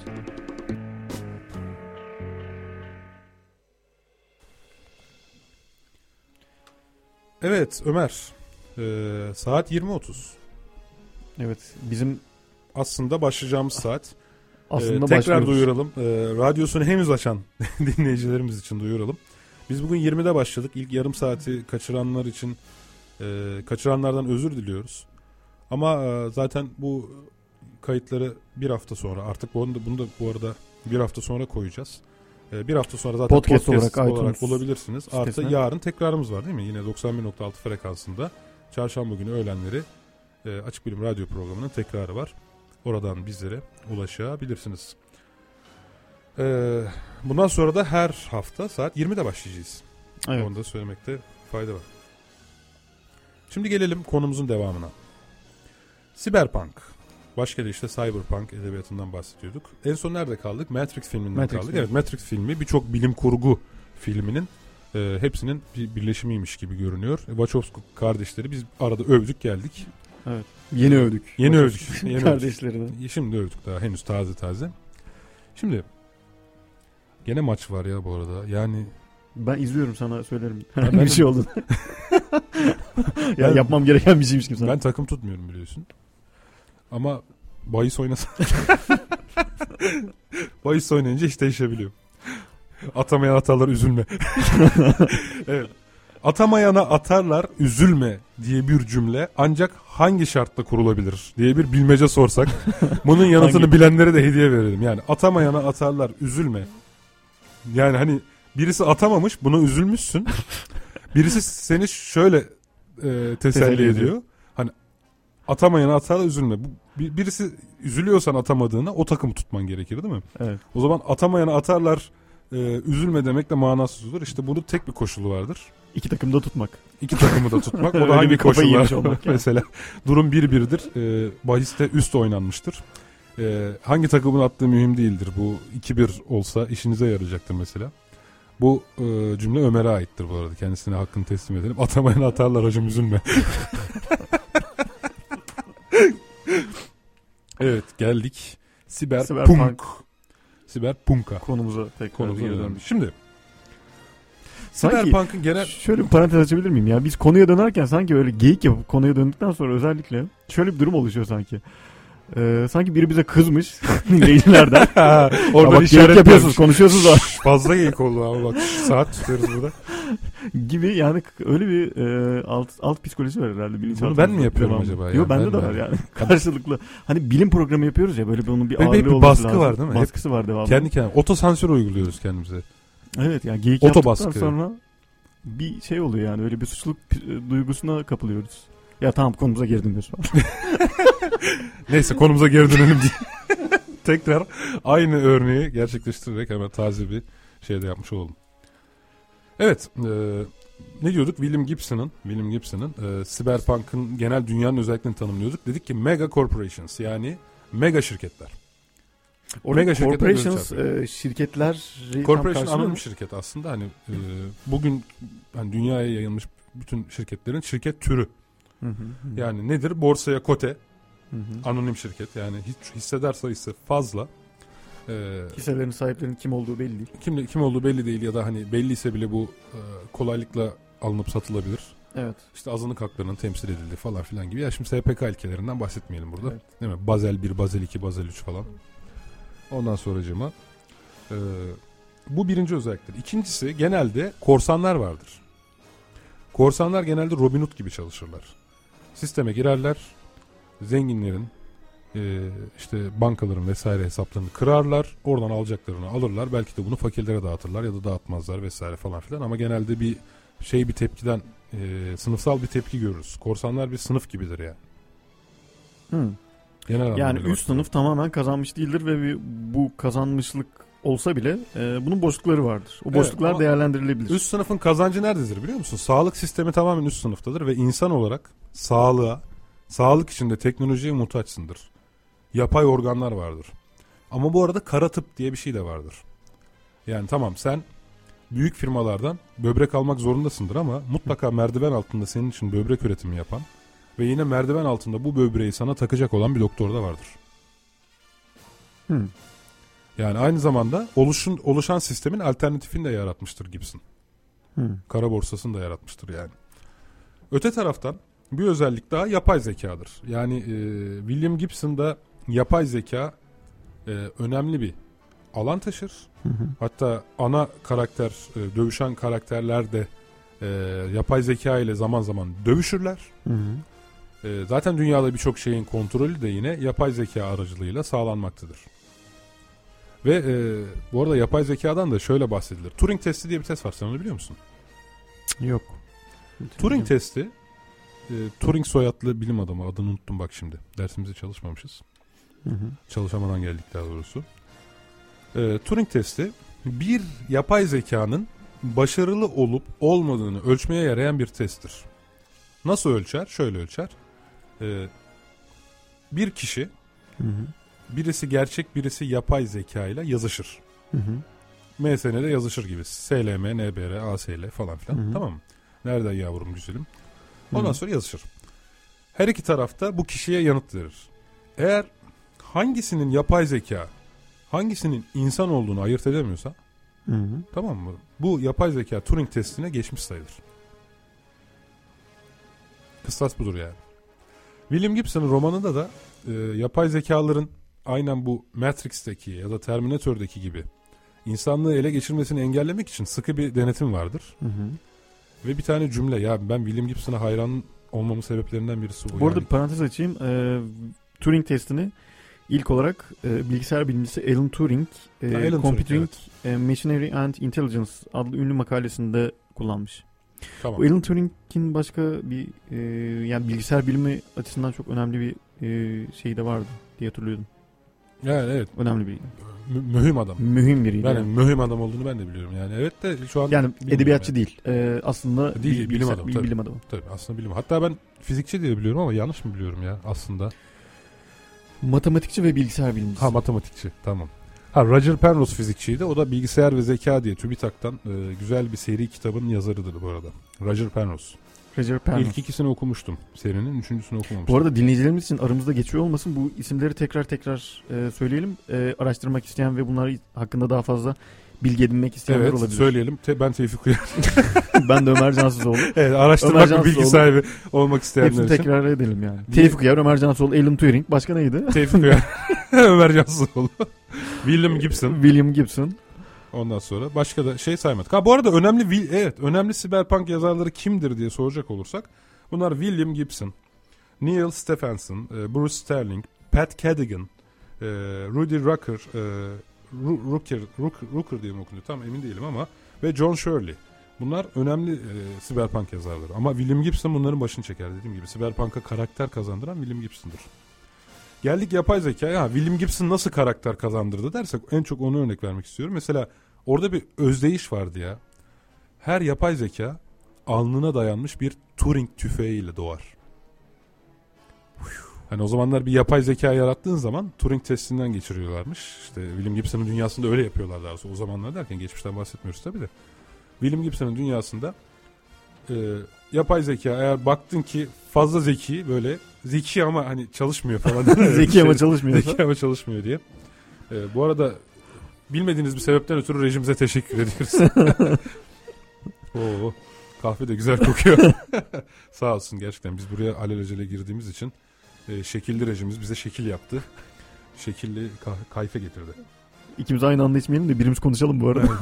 Evet Ömer, saat 20.30. Evet, bizim aslında başlayacağımız saat. Aslında tekrar duyuralım. Radyosunu henüz açan dinleyicilerimiz için duyuralım. Biz bugün 20'de başladık. İlk yarım saati kaçıranlar için kaçıranlardan özür diliyoruz. Ama zaten bu kayıtları bir hafta sonra, artık bunu da bu arada bir hafta sonra koyacağız. Bir hafta sonra zaten podcast olarak bulabilirsiniz. Artı yarın tekrarımız var değil mi? Yine 91.6 frekansında çarşamba günü öğlenleri Açık Bilim Radyo programının tekrarı var. Oradan bizlere ulaşabilirsiniz. Bundan sonra da her hafta saat 20'de başlayacağız. Evet. Onu da söylemekte fayda var. Şimdi gelelim konumuzun devamına. Cyberpunk. Başka da işte Cyberpunk edebiyatından bahsediyorduk. En son nerede kaldık? Matrix filminden kaldık. Evet, Matrix filmi birçok bilim kurgu filminin hepsinin bir birleşimiymiş gibi görünüyor. Wachowski kardeşleri biz arada övdük geldik. Evet. Yeni övdük. Kardeşlerini. Şimdi övdük daha henüz taze. Şimdi gene maç var ya bu arada. Yani ben izliyorum, sana söylerim. Bir şey oldu. Yani yapmam gereken bir şeymiş gibi sana. Ben takım tutmuyorum biliyorsun. Ama bahis oynasam. Bahis oynayınca hiç değişebiliyor. Atamayan atarlar üzülme. Evet. Atamayana atarlar üzülme diye bir cümle ancak hangi şartla kurulabilir diye bir bilmece sorsak bunun yanıtını bilenlere de hediye verelim. Yani atamayana atarlar üzülme. Yani hani birisi atamamış, buna üzülmüşsün. Birisi seni şöyle teselli ediyor. Hani atamayana atarlar üzülme. Birisi üzülüyorsan atamadığına o takımı tutman gerekir değil mi? Evet. O zaman atamayana atarlar üzülme demek de manasız olur. İşte bunun tek bir koşulu vardır. İki takımı da tutmak. İki takımı da tutmak. O da hangi koşullar? Mesela durum 1-1'dir. Bahiste üst oynanmıştır. Hangi takımın attığı mühim değildir. Bu 2-1 olsa işinize yarayacaktır mesela. Bu cümle Ömer'e aittir bu arada. Kendisine hakkını teslim edelim. Atamayana atarlar hacım üzülme. Evet, geldik Cyberpunk. Cyberpunk'a. Konumuza tekrar geri döndük. Şimdi Sanki Cyberpunk'ın genel... Şöyle bir parantez açabilir miyim ya? Biz konuya dönerken sanki öyle geyik yapıp konuya döndükten sonra özellikle şöyle bir durum oluşuyor sanki. Sanki biri bize kızmış dinleyicilerden. Oradan işaret yapıyorsunuz, konuşuyorsunuz da. Fazla geyik oldu ama bak saat tutuyoruz burada. Gibi yani öyle bir alt psikoloji var herhalde. Bunu ben mi yapıyorum acaba ya? Yok bende de var yani. Karşılıklı. Hani bilim programı yapıyoruz ya böyle onun bir ağırlığı bir olması baskı lazım. var değil mi? Baskısı var devamlı. Kendi kendine. Otosansür uyguluyoruz kendimize. Evet yani geyik yaptıktan sonra bir şey oluyor yani öyle bir suçluluk duygusuna kapılıyoruz. Ya tamam konumuza geri dönüyoruz falan. Neyse konumuza geri dönelim diye. Tekrar aynı örneği gerçekleştirerek hemen taze bir şey de yapmış oldum. Evet. Ne diyorduk? William Gibson'ın Cyberpunk'ın genel dünyanın özelliklerini tanımlıyorduk. Dedik ki mega corporations yani mega şirketler. Mega corporations şirketler corporation anonim şirket aslında hani bugün hani dünyaya yayılmış bütün şirketlerin şirket türü. Yani nedir? Borsaya kote. Anonim şirket yani hiç hissedar sayısı fazla. Hisselerin sahiplerinin kim olduğu belli değil. Kim olduğu belli değil ya da hani belliyse bile bu kolaylıkla alınıp satılabilir. Evet. İşte azınlık haklarının temsil edildiği falan filan gibi. Ya şimdi SPK ilkelerinden bahsetmeyelim burada. Evet. Değil mi? Basel 1, Basel 2, Basel 3 falan. Ondan sonracığıma bu birinci özelliktir. İkincisi genelde korsanlar vardır. Korsanlar genelde Robin Hood gibi çalışırlar. Sisteme girerler. Zenginlerin işte bankaların vesaire hesaplarını kırarlar. Oradan alacaklarını alırlar. Belki de bunu fakirlere dağıtırlar ya da dağıtmazlar vesaire falan filan. Ama genelde bir tepkiden sınıfsal bir tepki görürüz. Korsanlar bir sınıf gibidir yani. Yani üst sınıf tamamen kazanmış değildir ve bu kazanmışlık olsa bile bunun boşlukları vardır. O boşluklar değerlendirilebilir. Üst sınıfın kazancı nerededir biliyor musun? Sağlık sistemi tamamen üst sınıftadır ve insan olarak sağlık içinde teknolojiye muhtaçsındır. Yapay organlar vardır. Ama bu arada kara tıp diye bir şey de vardır. Yani tamam sen büyük firmalardan böbrek almak zorundasındır ama mutlaka merdiven altında senin için böbrek üretimi yapan ve yine merdiven altında bu böbreği sana takacak olan bir doktor da vardır. Yani aynı zamanda oluşan sistemin alternatifini de yaratmıştır Gibson. Kara borsasını da yaratmıştır yani. Öte taraftan bir özellik daha yapay zekadır. Yani William Gibson'da yapay zeka önemli bir alan taşır. Hatta ana karakter, dövüşen karakterler de yapay zeka ile zaman zaman dövüşürler. Zaten dünyada birçok şeyin kontrolü de yine yapay zeka aracılığıyla sağlanmaktadır. Ve bu arada yapay zekadan da şöyle bahsedilir. Turing testi diye bir test var. Sen onu biliyor musun? Yok. Turing testi Turing soyadlı bilim adamı, adını unuttum bak şimdi. Dersimize çalışmamışız. Çalışamadan geldik daha doğrusu. Turing testi bir yapay zekanın başarılı olup olmadığını ölçmeye yarayan bir testtir. Nasıl ölçer? Şöyle ölçer. Bir kişi birisi gerçek birisi yapay zeka ile yazışır. MSN'de yazışır gibi. SLM, NBR, ASL falan filan. Tamam mı? Nereden yavrum güzelim? Ondan sonra yazışır. Her iki tarafta bu kişiye yanıt verir. Eğer hangisinin yapay zeka, hangisinin insan olduğunu ayırt edemiyorsa, tamam mı? Bu yapay zeka Turing testine geçmiş sayılır. Kıstas budur yani. William Gibson'ın romanında da yapay zekaların aynen bu Matrix'teki ya da Terminator'daki gibi insanlığı ele geçirmesini engellemek için sıkı bir denetim vardır. Ve bir tane cümle, ya ben William Gibson'a hayran olmamın sebeplerinden birisi bu. Bu arada parantez açayım. Turing testini ilk olarak bilgisayar bilimcisi Alan Turing, Computing, Machinery and Intelligence adlı ünlü makalesinde kullanmış. Tamam. Bu Alan Turing'in başka bir yani bilgisayar bilimi açısından çok önemli bir şeyi de vardı diye hatırlıyordum. Yani evet. Önemli bir mühim adam. Mühim biriydi. Ben mühim adam olduğunu ben de biliyorum yani. Evet de şu an yani edebiyatçı değil. Aslında değil, bilim adamı. Bilim adamı. Tabii aslında bilim. Hatta ben fizikçi diye biliyorum ama yanlış mı biliyorum ya aslında? Matematikçi ve bilgisayar bilimcisi. Matematikçi. Tamam. Roger Penrose fizikçiydi. O da Bilgisayar ve Zeka diye TÜBİTAK'tan güzel bir seri kitabın yazarıdır bu arada. Roger Penrose. Roger Penrose. İlk ikisini okumuştum serinin. Üçüncüsünü okumamıştım. Bu arada dinleyicilerimiz için aramızda geçiyor olmasın, bu isimleri tekrar söyleyelim. Araştırmak isteyen ve bunlar hakkında daha fazla bilgi edinmek isteyenler evet, olabilir. söyleyelim. Ben Tevfik Uyar. Ben de Ömer Cansızoğlu. Evet, araştırmak ve bilgi sahibi olmak isteyenler Hepsini için. tekrar edelim yani. Tevfik Uyar, Ömer Cansızoğlu, Alan Turing. Başka neydi? Tevfik Uyar. Ömer Cansızoğlu. William Gibson. Ondan sonra başka da şey saymadık. Bu arada önemli siberpunk yazarları kimdir diye soracak olursak bunlar William Gibson, Neil Stephenson, Bruce Sterling, Pat Cadigan, Rudy Rucker diye mi okunuyor tam emin değilim ama ve John Shirley. Bunlar önemli siberpunk yazarları ama William Gibson bunların başını çeker dediğim gibi. Siberpunk'a karakter kazandıran William Gibson'dır. Geldik yapay zekaya. William Gibson nasıl karakter kazandırdı dersek en çok onu örnek vermek istiyorum. Mesela orada bir özdeyiş vardı ya. Her yapay zeka alnına dayanmış bir Turing tüfeğiyle doğar. Hani o zamanlar bir yapay zeka yarattığın zaman Turing testinden geçiriyorlarmış. İşte William Gibson'ın dünyasında öyle yapıyorlar daha sonra. O zamanlar derken geçmişten bahsetmiyoruz tabii de. William Gibson'ın dünyasında yapay zeka eğer baktın ki fazla zeki böyle zeki ama hani çalışmıyor falan. Zeki ama çalışmıyor. Zeki ama çalışmıyor diye. Bu arada bilmediğiniz bir sebepten ötürü rejimize teşekkür ediyoruz. Oo, kahve de güzel kokuyor. Sağ olsun gerçekten biz buraya alelacele girdiğimiz için şekilli rejimiz bize şekil yaptı. Şekilli kayfe getirdi. İkimiz aynı anda içmeyelim de birimiz konuşalım bu arada.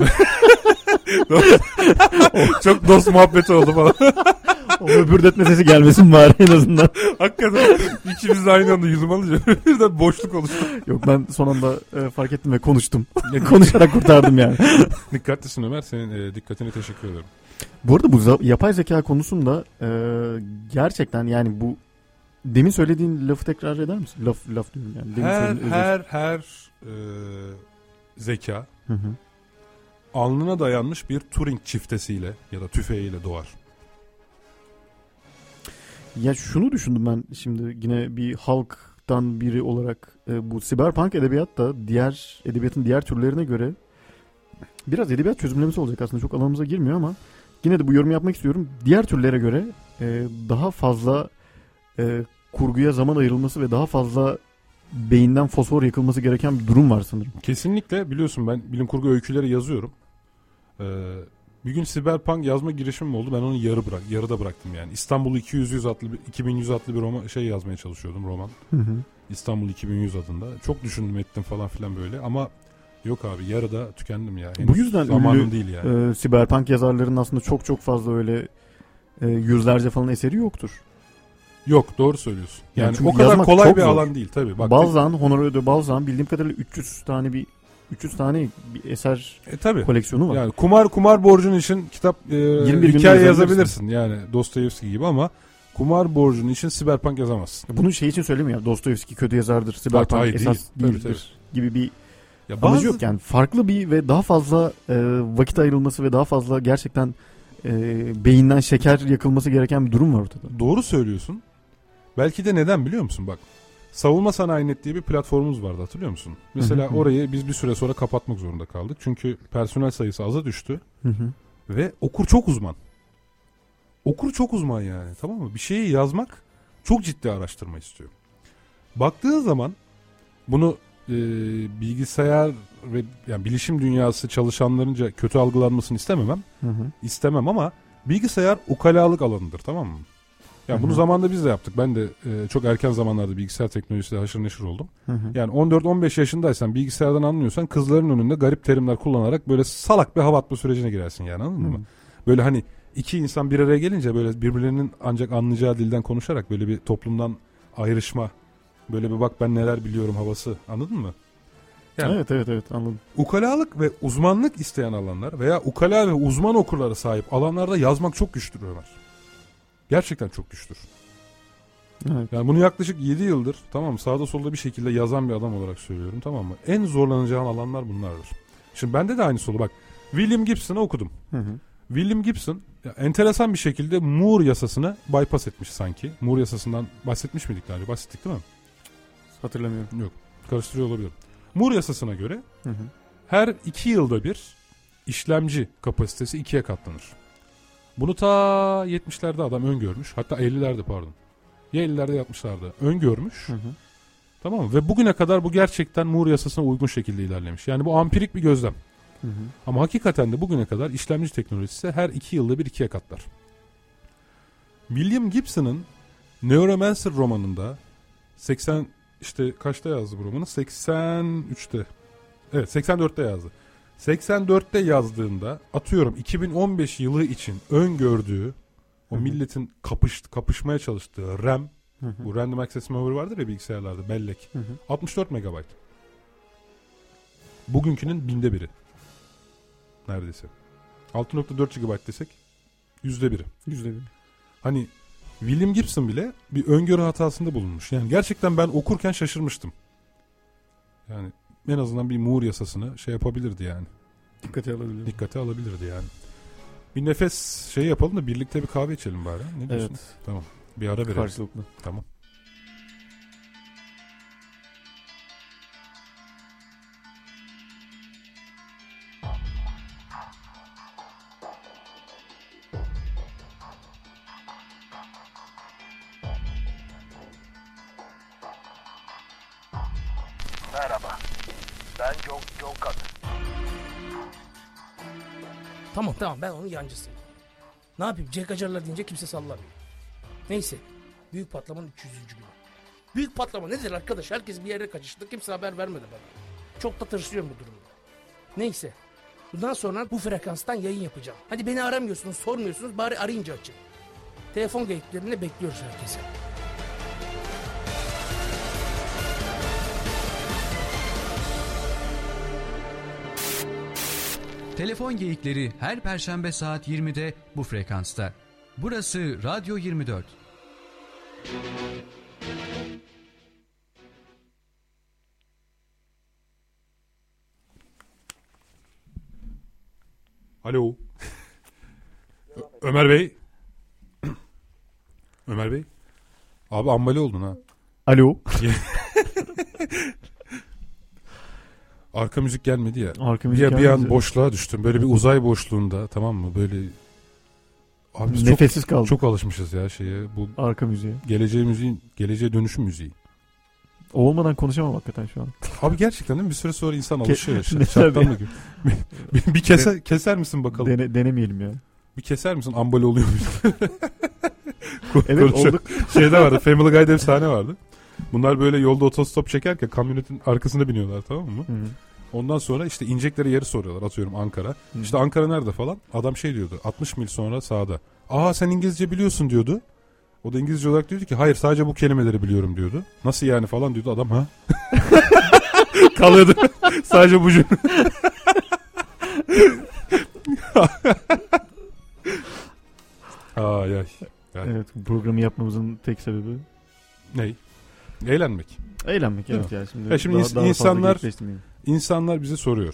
Çok dost muhabbeti oldu falan. O öbürdetme sesi gelmesin bari en azından. Hakikaten ikimiz de aynı anda yudum alınca birden boşluk oluştu. Yok ben son anda fark ettim ve konuştum. Konuşarak kurtardım yani. Dikkatlisin Ömer. Senin dikkatine teşekkür ederim. Bu arada bu yapay zeka konusunda gerçekten yani bu demin söylediğin lafı tekrar eder misin? Laf diyorum yani. Demin her zeka alnına dayanmış bir Turing çiftesiyle ya da tüfeğiyle doğar. Ya şunu düşündüm ben şimdi yine bir halktan biri olarak bu siberpunk edebiyat da edebiyatın diğer türlerine göre biraz edebiyat çözümlemesi olacak aslında, çok alanımıza girmiyor ama yine de bu yorum yapmak istiyorum. Diğer türlere göre daha fazla kurguya zaman ayrılması ve daha fazla beyinden fosfor yakılması gereken bir durum var sanırım. Kesinlikle, biliyorsun ben bilim kurgu öyküleri yazıyorum. Bir gün siberpunk yazma girişimim oldu. Ben onu yarıda bıraktım yani. İstanbul 2100 adlı bir roman yazmaya çalışıyordum, roman. İstanbul 2100 adında. Çok düşündüm ettim falan filan böyle ama yok abi, yarıda tükendim ya. Bu yüzden zamanım değil yani. Siberpunk yazarlarının aslında çok fazla öyle yüzlerce falan eseri yoktur. Yok, doğru söylüyorsun. Yani o kadar kolay bir alan değil tabii. Balzac'ın, Honoré de Balzac'ın bildiğim kadarıyla 300 tane bir eser koleksiyonu var. Yani kumar borcun için kitap hikaye yazabilirsin. Yani Dostoyevski gibi ama kumar borcun için siberpunk yazamazsın. Bunun için söylemiyor. Dostoyevski kötü yazardır, siberpunk esas değildir tabii. Gibi bir amacı yok yani. Farklı bir ve daha fazla vakit ayrılması ve daha fazla gerçekten beyinden şeker yakılması gereken bir durum var ortada. Doğru söylüyorsun. Belki de neden biliyor musun? Bak, Savunma Sanayi Net diye bir platformumuz vardı, hatırlıyor musun? Mesela orayı biz bir süre sonra kapatmak zorunda kaldık. Çünkü personel sayısı aza düştü. Ve okur çok uzman. Okur çok uzman yani, tamam mı? Bir şeyi yazmak çok ciddi araştırma istiyor. Baktığın zaman bunu bilgisayar ve yani bilişim dünyası çalışanlarınca kötü algılanmasını istemem ama bilgisayar ukalalık alanıdır, tamam mı? Yani bunu zamanında biz de yaptık. Ben de çok erken zamanlarda bilgisayar teknolojisiyle haşır neşir oldum. Yani 14-15 yaşındaysan, bilgisayardan anlıyorsan, kızların önünde garip terimler kullanarak böyle salak bir hava atma sürecine girersin yani, anladın mı? Böyle hani iki insan bir araya gelince böyle birbirlerinin ancak anlayacağı dilden konuşarak böyle bir toplumdan ayrışma, böyle bir bak ben neler biliyorum havası, anladın mı? Yani, evet anladım. Ukalalık ve uzmanlık isteyen alanlar veya ukala ve uzman okurlara sahip alanlarda yazmak çok güçtür Ömer. Gerçekten çok güçtür. Evet. Yani bunu yaklaşık 7 yıldır, tamam mı, sağda solda bir şekilde yazan bir adam olarak söylüyorum, tamam mı? En zorlanacağın alanlar bunlardır. Şimdi bende de aynısı oldu. Bak, William Gibson'ı okudum. William Gibson enteresan bir şekilde Moore yasasını bypass etmiş sanki. Moore yasasından bahsetmiş miydik daha önce? Bahsettik değil mi? Hatırlamıyorum. Yok, karıştırıyor olabilirim. Moore yasasına göre her 2 yılda bir işlemci kapasitesi 2'ye katlanır. Bunu ta 70'lerde adam öngörmüş. Hatta 50'lerde pardon. Ya 50'lerde ya 60'larda öngörmüş. Tamam mı? Ve bugüne kadar bu gerçekten Moore yasasına uygun şekilde ilerlemiş. Yani bu ampirik bir gözlem. Ama hakikaten de bugüne kadar işlemci teknolojisi her 2 yılda bir 2'ye katlar. William Gibson'ın Neuromancer romanında 80 işte kaçta yazdı bu romanı? 83'te. Evet 84'te yazdı. 84'te yazdığında atıyorum 2015 yılı için öngördüğü o milletin kapışmaya çalıştığı RAM, bu Random Access Memory vardır ya bilgisayarlarda, bellek. 64 MB. Bugünkünün binde biri. Neredeyse. 6.4 GB desek %1'i. Hani William Gibson bile bir öngörü hatasında bulunmuş. Yani gerçekten ben okurken şaşırmıştım. Yani en azından bir Moore yasasını şey yapabilirdi yani. Dikkate alabilirdi yani. Bir nefes şey yapalım da birlikte bir kahve içelim bari. Ne diyorsun? Evet. Tamam. Bir ara verelim. Karşılıklı. Tamam. Merhaba. Ben John Carter. Tamam ben onun yancısıyım. Ne yapayım? Jack Acar'lar deyince kimse sallamıyor. Neyse. Büyük patlamanın 300. günü. Büyük patlama nedir arkadaş? Herkes bir yere kaçıştı. Kimse haber vermedi bana. Çok da tırsıyorum bu durumda. Neyse. Bundan sonra bu frekanstan yayın yapacağım. Hadi beni aramıyorsunuz, sormuyorsunuz. Bari arayınca açın. Telefon geyiklerine bekliyoruz herkese. Telefon geyikleri her perşembe saat 20'de bu frekansta. Burası Radyo 24. Alo. Ömer Bey. Ömer Bey. Abi ambali oldun ha. Alo. Arka müzik gelmedi ya. Arka müzik bir an boşluğa düştüm. Böyle bir uzay boşluğunda, tamam mı? Böyle abi biz nefessiz kaldık. Çok alışmışız ya şeye. Bu arka müziğe. Geleceğe dönüşüm müziği. O olmadan konuşamam hakikaten şu an. Abi gerçekten değil mi? Bir süre sonra insan alışıyor. Şarttan bir keser misin bakalım? Denemeyelim ya. Bir keser misin? Ambali oluyor muyuz? Evet olduk. Şeyde vardı. Family Guy'da bir sahne vardı. Bunlar böyle yolda otostop çekerken kamyonetin arkasına biniyorlar, tamam mı? Hı-hı. Ondan sonra işte inecekleri yeri soruyorlar. Atıyorum Ankara. Hı-hı. İşte Ankara nerede falan. Adam şey diyordu. 60 mil sonra sağda. Aa sen İngilizce biliyorsun diyordu. O da İngilizce olarak diyordu ki hayır sadece bu kelimeleri biliyorum diyordu. Nasıl yani falan diyordu. Adam ha? Kalıyordu. Sadece bu cümle. Ay. Yani. Evet, bu programı yapmamızın tek sebebi ney? Eğlenmek. Eğlenmek evet ya. Şimdi insanlar bize soruyor.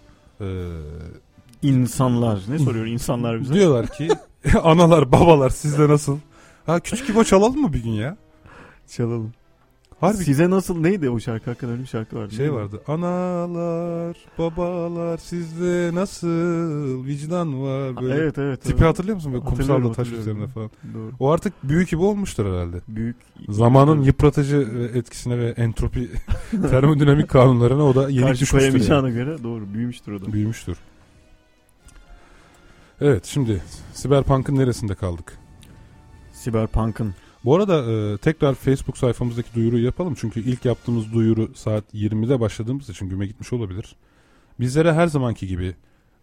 İnsanlar ne soruyor insanlar bize? Diyorlar ki analar babalar sizde nasıl? Ha küçük İbo çalalım mı bir gün ya? Çalalım. Harbi. Size nasıl neydi o şarkı? Hakikaten öyle bir şarkı vardı. Şey vardı. Analar, babalar sizde nasıl vicdan var böyle. Evet. Tipi hatırlıyor musun? Böyle kumsalda taş üzerinde falan. Doğru. O artık büyük gibi olmuştur herhalde. Büyük. Zamanın yıpratıcı etkisine ve entropi termodinamik kanunlarına o da yenik düşmüştür. Koyamayacağına göre doğru büyümüştür o da. Büyümüştür. Evet şimdi Cyberpunk'ın neresinde kaldık? Cyberpunk'ın. Bu arada tekrar Facebook sayfamızdaki duyuruyu yapalım. Çünkü ilk yaptığımız duyuru saat 20'de başladığımız için güme gitmiş olabilir. Bizlere her zamanki gibi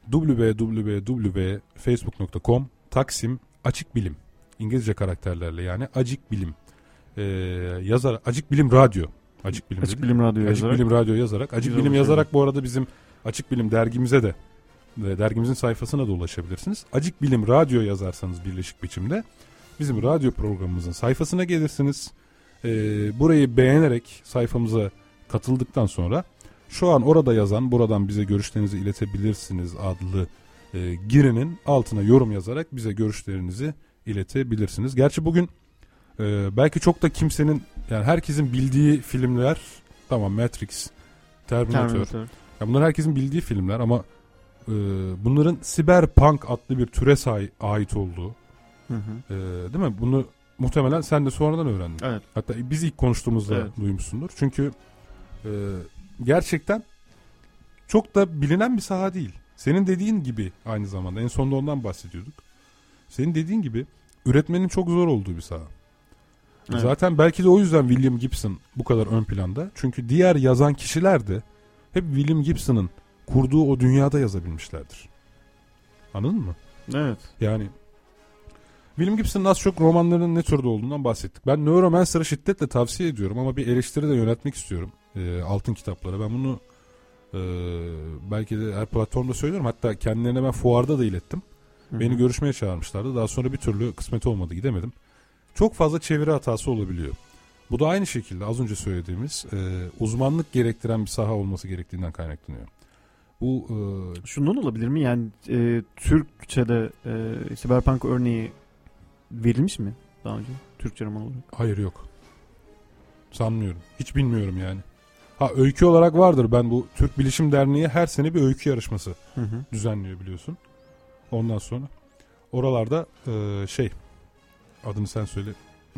www.facebook.com Taksim Açık Bilim İngilizce karakterlerle yani Acık Bilim yazar Acık Bilim Radyo Acık Bilim Radyo yazarak Acık Bilim yazarak bu arada bizim Açık Bilim dergimize de dergimizin sayfasına da ulaşabilirsiniz. Acık Bilim Radyo yazarsanız birleşik biçimde bizim radyo programımızın sayfasına gelirsiniz. Burayı beğenerek sayfamıza katıldıktan sonra şu an orada yazan buradan bize görüşlerinizi iletebilirsiniz adlı girinin altına yorum yazarak bize görüşlerinizi iletebilirsiniz. Gerçi bugün belki çok da kimsenin yani herkesin bildiği filmler tamam Matrix, Terminator. Yani bunlar herkesin bildiği filmler ama bunların siberpunk adlı bir türe ait olduğu. Hı hı. Değil mi? Bunu muhtemelen sen de sonradan öğrendin. Evet. Hatta biz ilk konuştuğumuzda duymuşsundur. Çünkü gerçekten çok da bilinen bir saha değil. Senin dediğin gibi aynı zamanda en sonunda ondan bahsediyorduk. Senin dediğin gibi üretmenin çok zor olduğu bir saha. Evet. Zaten belki de o yüzden William Gibson bu kadar ön planda. Çünkü diğer yazan kişiler de hep William Gibson'ın kurduğu o dünyada yazabilmişlerdir. Anladın mı? Evet. Yani William Gibson'ın az çok romanlarının ne türde olduğundan bahsettik. Ben Neuromancer'ı şiddetle tavsiye ediyorum ama bir eleştiri de yöneltmek istiyorum. Altın kitaplara. Ben bunu belki de her platformda söylüyorum. Hatta kendilerine ben fuarda da ilettim. Hı-hı. Beni görüşmeye çağırmışlardı. Daha sonra bir türlü kısmet olmadı, gidemedim. Çok fazla çeviri hatası olabiliyor. Bu da aynı şekilde az önce söylediğimiz uzmanlık gerektiren bir saha olması gerektiğinden kaynaklanıyor. Bu şundan olabilir mi? Yani Türkçe'de siberpunk örneği verilmiş mi daha önce? Türkçe roman olarak. Hayır, yok. Sanmıyorum. Hiç bilmiyorum yani. Ha, öykü olarak vardır. Ben bu Türk Bilişim Derneği her sene bir öykü yarışması düzenliyor biliyorsun. Ondan sonra oralarda adını sen söyle.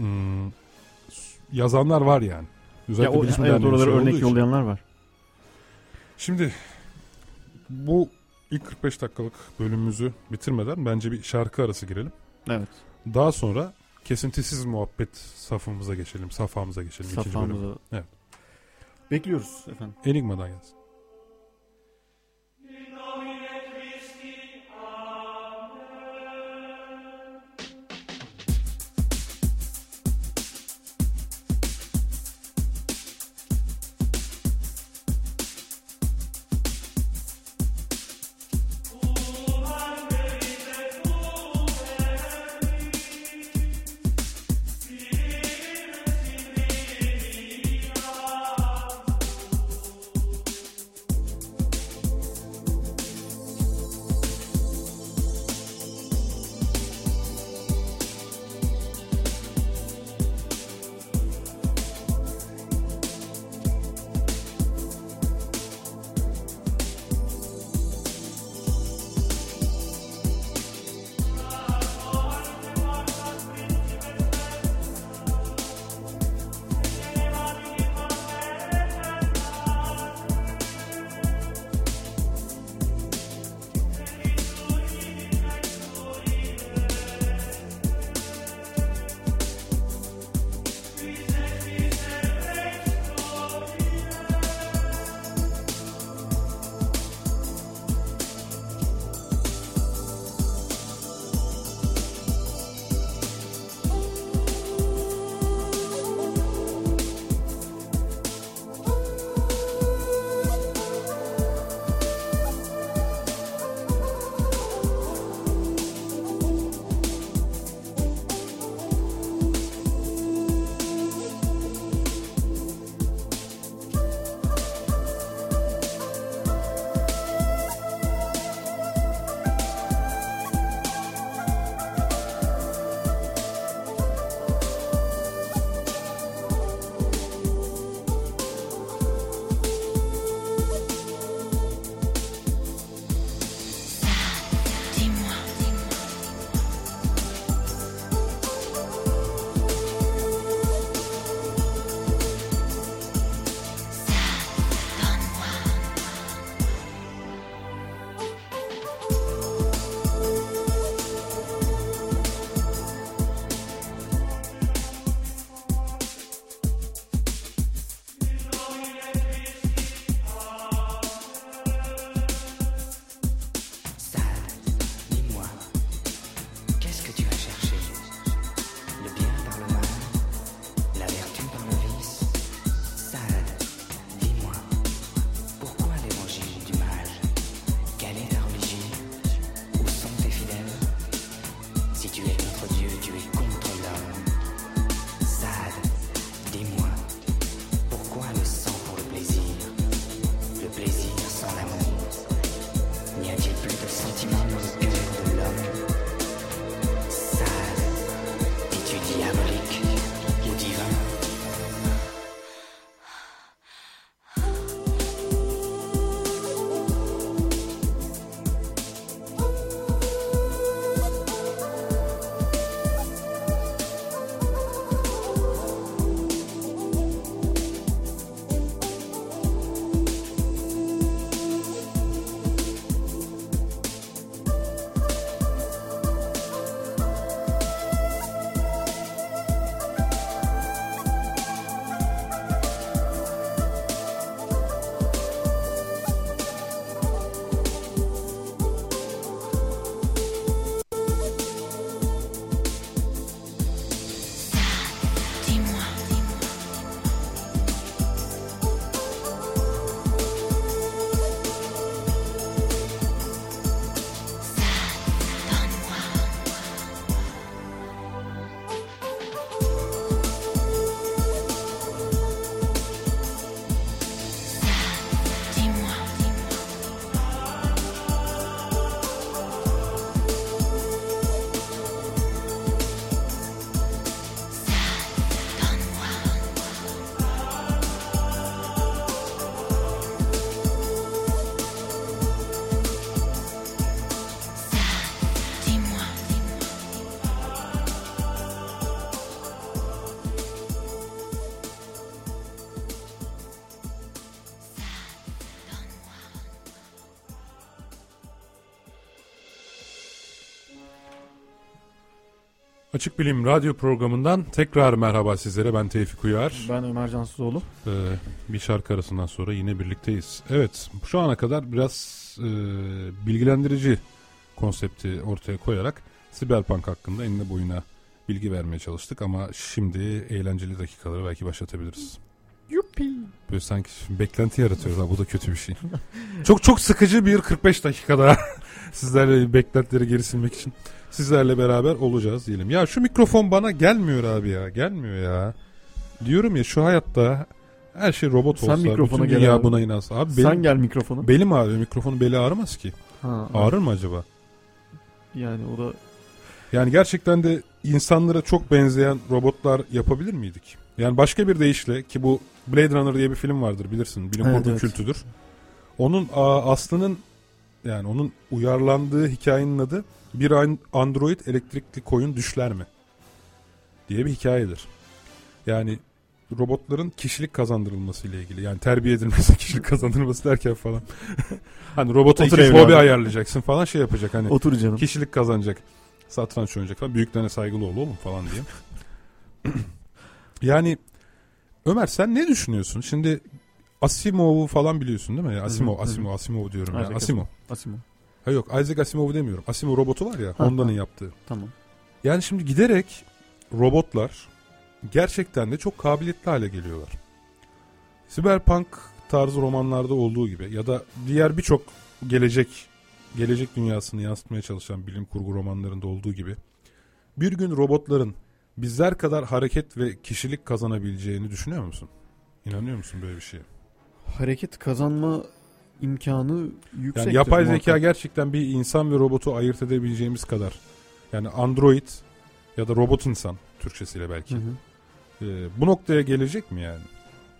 Yazanlar var yani. Özellikle Bilişim Derneği oralara örnek yollayanlar var. Şimdi bu ilk 45 dakikalık bölümümüzü bitirmeden bence bir şarkı arası girelim. Evet. Daha sonra kesintisiz muhabbet safhamıza geçelim. Safhamıza. Evet. Bekliyoruz efendim. Enigma'dan gelsin. Açık Bilim Radyo programından tekrar merhaba sizlere. Ben Tevfik Uyar. Ben Ömer Cansızoğlu. Bir şarkı arasından sonra yine birlikteyiz. Evet, şu ana kadar biraz bilgilendirici konsepti ortaya koyarak Cyberpunk hakkında enine boyuna bilgi vermeye çalıştık. Ama şimdi eğlenceli dakikaları belki başlatabiliriz. Yuppi. Böyle sanki beklenti yaratıyoruz. Bu da kötü bir şey. Çok sıkıcı bir 45 dakika daha sizlerle beklentileri geri silmek için sizlerle beraber olacağız diyelim. Ya şu mikrofon bana gelmiyor abi ya. Gelmiyor ya. Diyorum ya şu hayatta her şey robot sen olsa mikrofona bütün dünya buna inansın. Abi sen gel mikrofonu. Belim ağrıyor. Mikrofonun beli ağrımaz ki. Ağrır mı acaba? Yani o da... Yani gerçekten de insanlara çok benzeyen robotlar yapabilir miydik? Yani başka bir deyişle ki bu Blade Runner diye bir film vardır bilirsin. Bilim kurgu kültüdür. Onun aslının yani onun uyarlandığı hikayenin adı bir android elektrikli koyun düşler mi? Diye bir hikayedir. Yani robotların kişilik kazandırılması ile ilgili. Yani terbiye edilmesi, kişilik kazandırılması derken falan. Hani robota iki hobi ayarlayacaksın falan şey yapacak. Hani otur canım. Kişilik kazanacak. Satranç oynayacak falan. Büyüklerine saygılı ol oğlum falan diye. Yani Ömer sen ne düşünüyorsun? Şimdi Asimov'u falan biliyorsun değil mi? Asimov diyorum ya. Asimov. Ha yok, Isaac Asimov'u demiyorum. Asimov robotu var ya, Honda'nın yaptığı. Tamam. Yani şimdi giderek robotlar gerçekten de çok kabiliyetli hale geliyorlar. Cyberpunk tarzı romanlarda olduğu gibi ya da diğer birçok gelecek dünyasını yansıtmaya çalışan bilim kurgu romanlarında olduğu gibi bir gün robotların bizler kadar hareket ve kişilik kazanabileceğini düşünüyor musun? İnanıyor musun böyle bir şeye? Hareket kazanma imkanı yüksek. Yani yapay zeka gerçekten bir insan ve robotu ayırt edebileceğimiz kadar. Yani android ya da robot insan Türkçesiyle belki. Bu noktaya gelecek mi yani?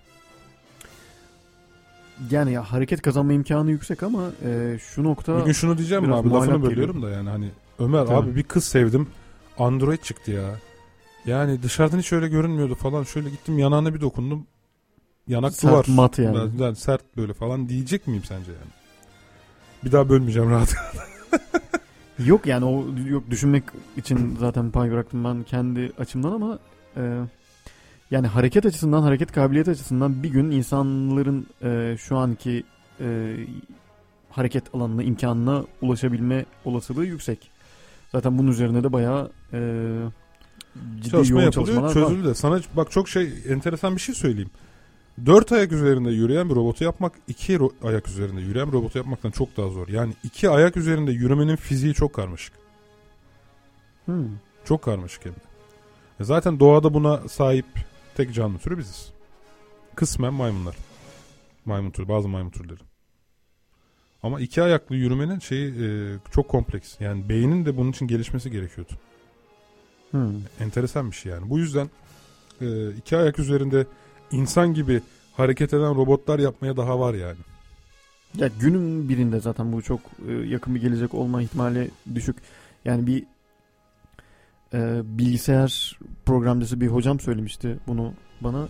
Yani ya hareket kazanma imkanı yüksek ama şu nokta... Bugün şunu diyeceğim mi abi? Lafını bölüyorum da yani hani Ömer tabii. Abi bir kız sevdim. Android çıktı ya. Yani dışarıdan hiç öyle görünmüyordu falan. Şöyle gittim yanağına bir dokundum. Yanak sert duvar. Mat yani. Yani sert böyle falan diyecek miyim sence yani? Bir daha bölmeyeceğim rahat. Yok yani o yok düşünmek için zaten pay bıraktım ben kendi açımdan ama yani hareket açısından, hareket kabiliyeti açısından bir gün insanların şu anki hareket alanına, imkanına ulaşabilme olasılığı yüksek. Zaten bunun üzerine de bayağı ciddi çalışma yoğun yapılıyor, çalışmalar çözüldü var. de. Sana bak çok enteresan bir şey söyleyeyim. 4 ayak üzerinde yürüyen bir robotu yapmak 2 ayak üzerinde yürüyen bir robotu yapmaktan çok daha zor. Yani 2 ayak üzerinde yürümenin fiziği çok karmaşık. Çok karmaşık hem de. Zaten doğada buna sahip tek canlı türü biziz. Kısmen maymunlar. Maymun türü, bazı maymun türleri. Ama 2 ayaklı yürümenin şeyi çok kompleks. Yani beynin de bunun için gelişmesi gerekiyordu. Enteresan bir şey yani. Bu yüzden 2 ayak üzerinde insan gibi hareket eden robotlar yapmaya daha var yani. Ya günün birinde zaten bu çok yakın bir gelecek olma ihtimali düşük. Yani bir bilgisayar programcısı bir hocam söylemişti bunu bana.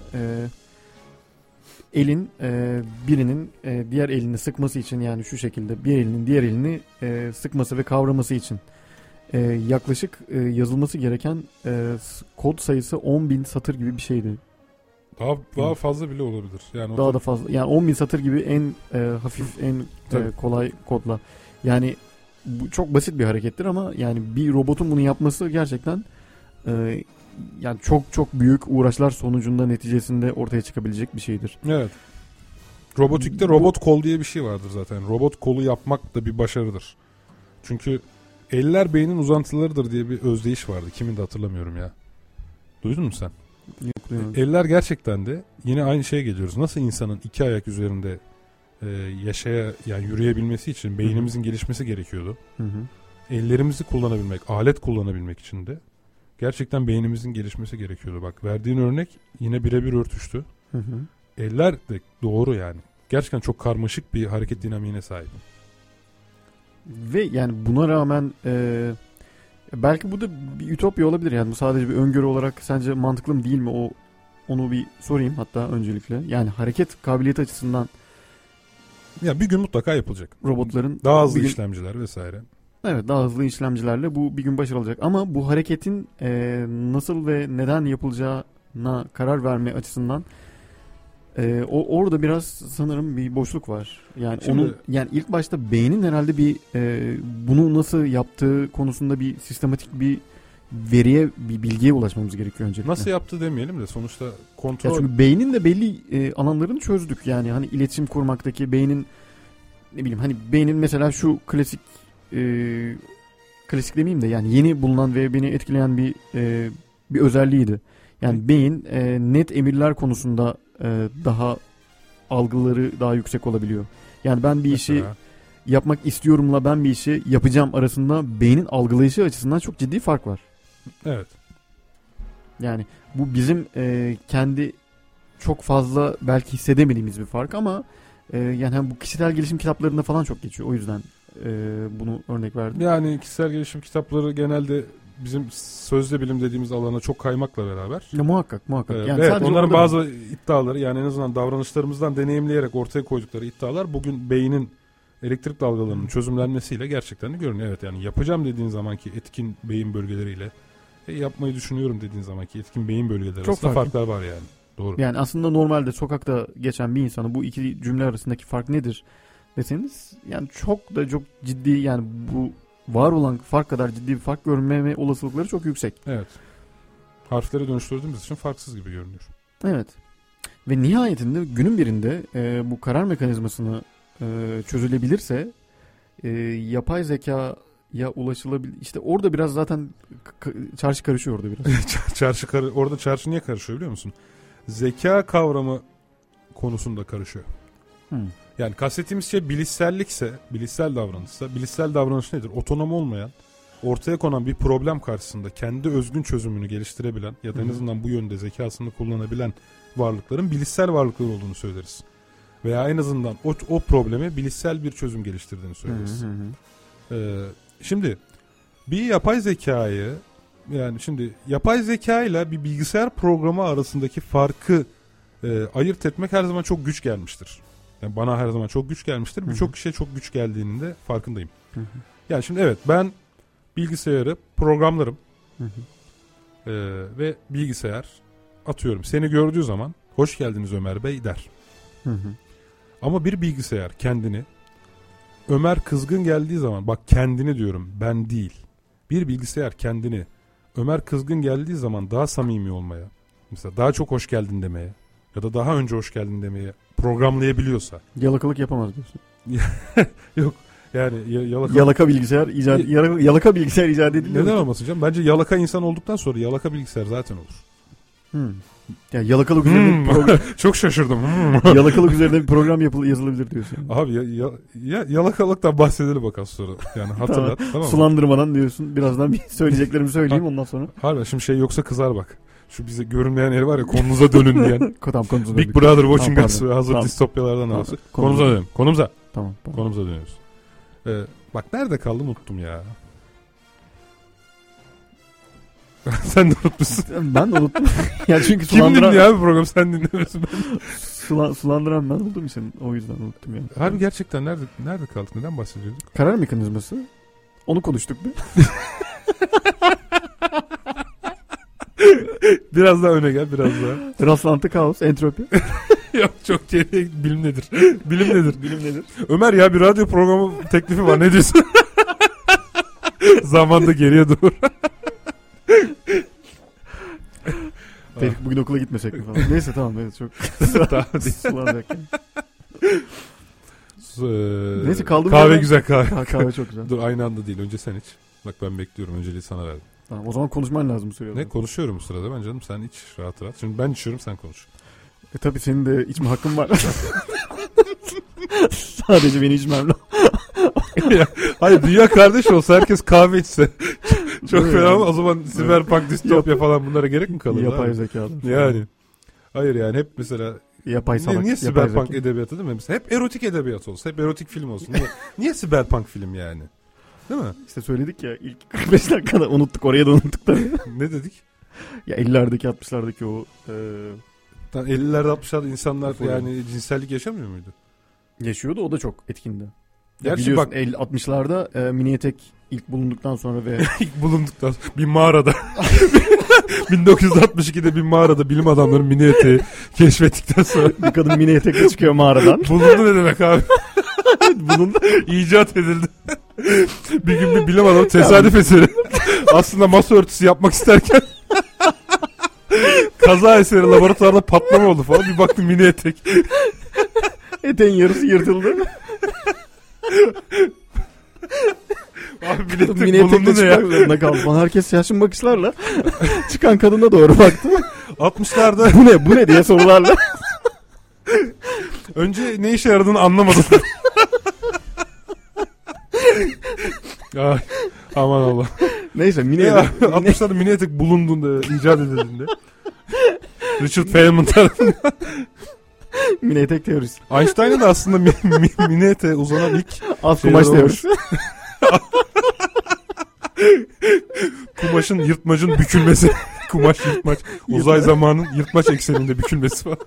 Elin birinin diğer elini sıkması için yani şu şekilde bir elinin diğer elini sıkması ve kavraması için yaklaşık yazılması gereken kod sayısı 10.000 satır gibi bir şeydi. Daha fazla bile olabilir. Yani daha da fazla. Yani 10.000 satır gibi en hafif, en kolay kodla. Yani bu çok basit bir harekettir ama yani bir robotun bunu yapması gerçekten yani çok büyük uğraşlar sonucunda neticesinde ortaya çıkabilecek bir şeydir. Evet. Robotikte robot kol diye bir şey vardır zaten. Robot kolu yapmak da bir başarıdır. Çünkü eller beynin uzantılarıdır diye bir özdeyiş vardı. Kimin de hatırlamıyorum ya. Duydun mu sen? Yok. Eller gerçekten de yine aynı şeye geliyoruz. Nasıl insanın 2 ayak üzerinde yani yürüyebilmesi için beynimizin gelişmesi gerekiyordu. Ellerimizi kullanabilmek, alet kullanabilmek için de gerçekten beynimizin gelişmesi gerekiyordu. Bak verdiğin örnek yine birebir örtüştü. Eller de doğru yani. Gerçekten çok karmaşık bir hareket dinamiğine sahip. Ve yani buna rağmen belki bu da bir ütopya olabilir. Yani bu sadece bir öngörü olarak sence mantıklı mı değil mi? Onu bir sorayım hatta öncelikle. Yani hareket kabiliyeti açısından ya bir gün mutlaka yapılacak. Robotların daha hızlı işlemciler vesaire. Evet, daha hızlı işlemcilerle bu bir gün başarılacak. Ama bu hareketin nasıl ve neden yapılacağına karar verme açısından orada biraz sanırım bir boşluk var. Yani Şimdi, yani ilk başta beynin herhalde bir bunu nasıl yaptığı konusunda bir sistematik bir veriye, bir bilgiye ulaşmamız gerekiyor öncelikle. nasıl yaptı demeyelim de sonuçta Ya kontrol. çünkü beynin de belli alanlarını çözdük. Yani hani iletişim kurmaktaki beynin, ne bileyim, hani beynin mesela şu klasik demeyeyim de yani yeni bulunan ve beni etkileyen bir özelliğiydi. Yani beyin net emirler konusunda daha algıları daha yüksek olabiliyor. Yani ben bir işi Mesela, yapmak istiyorumla ben bir işi yapacağım arasında beynin algılayışı açısından çok ciddi fark var. evet. Yani bu bizim kendi çok fazla belki hissedemediğimiz bir fark ama yani hem bu kişisel gelişim kitaplarında falan çok geçiyor. O yüzden bunu örnek verdim. Yani kişisel gelişim kitapları genelde bizim sözde bilim dediğimiz alana çok kaymakla beraber. Ya, muhakkak. Yani Evet, sadece onların orada bazı iddiaları, yani en azından davranışlarımızdan deneyimleyerek ortaya koydukları iddialar bugün beynin elektrik dalgalarının çözümlenmesiyle gerçekten de görünüyor. Evet, yani yapacağım dediğin zamanki etkin beyin bölgeleriyle yapmayı düşünüyorum dediğin zamanki etkin beyin bölgeleri Çok arasında farklı. farklar var yani. Doğru. Yani aslında normalde sokakta geçen bir insanı bu iki cümle arasındaki fark nedir deseniz, yani çok ciddi, yani bu var olan fark kadar ciddi bir fark görmeme olasılıkları çok yüksek. Evet. Harflere dönüştürdüğümüz için farksız gibi görünüyor. Evet. Ve nihayetinde günün birinde bu karar mekanizmasını çözülebilirse yapay zekaya ulaşılabilir. İşte orada biraz zaten çarşı karışıyor orada biraz. Orada çarşı niye karışıyor biliyor musun? Zeka kavramı konusunda karışıyor. Yani kastettiğimiz şey bilişsellikse, bilişsel davranışsa, bilişsel davranış nedir? Otonom olmayan, ortaya konan bir problem karşısında kendi özgün çözümünü geliştirebilen ya da en azından bu yönde zekasını kullanabilen varlıkların bilişsel varlıklar olduğunu söyleriz. Veya en azından o probleme bilişsel bir çözüm geliştirdiğini söyleriz. Şimdi bir yapay zekayı, yani şimdi yapay zeka ile bir bilgisayar programı arasındaki farkı ayırt etmek her zaman çok güç gelmiştir. Yani bana her zaman çok güç gelmiştir. Birçok kişiye çok güç geldiğinin de farkındayım. Yani şimdi evet, ben bilgisayarı programlarım ve bilgisayar, atıyorum, seni gördüğü zaman hoş geldiniz Ömer Bey der. Ama bir bilgisayar kendini, Ömer kızgın geldiği zaman, bak kendini diyorum, ben değil. Bir bilgisayar kendini Ömer kızgın geldiği zaman daha samimi olmaya, mesela daha çok hoş geldin demeye ya da daha önce hoş geldin demeye programlayabiliyorsa. Yalakalık yapamaz diyorsun. Yok yani yalaka bilgisayar icat ediliyor. Neden olmasın canım? Bence yalaka insan olduktan sonra yalaka bilgisayar zaten olur. Yani yalakalık üzerine bir program. Çok şaşırdım. Yalakalık üzerine bir program yazılabilir diyorsun. Abi yalakalıktan bahsedelim bakalım sonra. Yani hatırlat, tamam mı? Sulandırmadan diyorsun. Birazdan bir söyleyeceklerimi söyleyeyim ondan sonra. Harbi şimdi şey yoksa kızar bak. Şu bize görünmeyen el var ya, konunuza dönün diyen. Konumuza Big Brother Watching Us ve hazır tamam. distopyalardan arası. Konumuza dönelim. Konumuza. Tamam. Konumuza dönüyoruz. Bak nerede kaldım, unuttum ya. Sen de unutmuşsun. Ben de unuttum. Yani çünkü Kim dinliyor abi program, sen dinlemiyorsun. Sulandıran ben olduğum için o yüzden unuttum yani. Harbi gerçekten nerede kaldık? Neden bahsediyorduk? Karar mekanizması. Onu konuştuk bir. Biraz daha öne gel, biraz daha. Rastlantı, kaos, entropi. Yok, çok geriye bilim nedir? Bilim nedir? Ömer ya, bir radyo programı teklifi var, ne diyorsun? Zamanda geriye dur. Ferik bugün okula gitmesek mi falan. Neyse tamam, evet, çok Tamam, sulanacak yani. Neyse, kahve yerden... güzel kahve. Kahve çok güzel. Dur, aynı anda değil, önce sen iç. Bak ben bekliyorum, önceliği sana verdim. Tamam, o zaman konuşman lazım sürüyor. Ne konuşuyorum bu sırada ben canım, sen iç rahat. Şimdi ben içiyorum, sen konuş. Tabii senin de içme hakkın var. Sadece beni içmem lazım. Hayır, dünya kardeş olsa herkes kahve içse çok fena ama o zaman siberpunk, distopya falan bunlara gerek mi kalır? Yapay zekalar. Yani. Hayır yani hep mesela yapay salak. Niye siberpunk edebiyatı değil mi? Mesela hep erotik edebiyat olsun, hep erotik film olsun. Niye siberpunk film yani? Değil mi? İşte söyledik ya, ilk 45 dakikada unuttuk, oraya da unuttuk tabii. Ne dedik? Ya 50'lerdeki 60'lardaki o 50'lerde 60'larda insanlar yani cinsellik yaşamıyor muydu? Yaşıyordu, o da çok etkindi. Gerçi biliyorsun bak 60'larda Miniatek ilk bulunduktan sonra ve ilk bulunduktan bir mağarada 1962'de bir mağarada bilim adamları mini eteği keşfettikten sonra bir kadın mini etekle çıkıyor mağaradan. bulundu ne demek abi? Bulundu. İcat edildi. Bir gün bir bilim adamı tesadüf eseri aslında masa örtüsü yapmak isterken kaza eseri laboratuvarda patlama oldu falan. Bir baktım mini etek. Eteğin yarısı yırtıldı. Abi Mini etekle çıkmak zorunda kaldı. Bana herkes şaşkın bakışlarla çıkan kadına doğru baktı. 60'larda Bu ne diye sorularla. önce ne işe yaradığını anlamadım. Ay, aman Allah. Neyse mini Ya, etek. 60'larda mini etek bulunduğunda, icat edildiğinde. Richard Feynman tarafından. Mini etek teorisi. Einstein'ın da aslında mini eteğe uzanan ilk Az şeyler kumaş olmuş. teorisi. Kumaşın yırtmacın bükülmesi. Kumaş yırtmaç. Uzay zamanın yırtmaç ekseninde bükülmesi falan.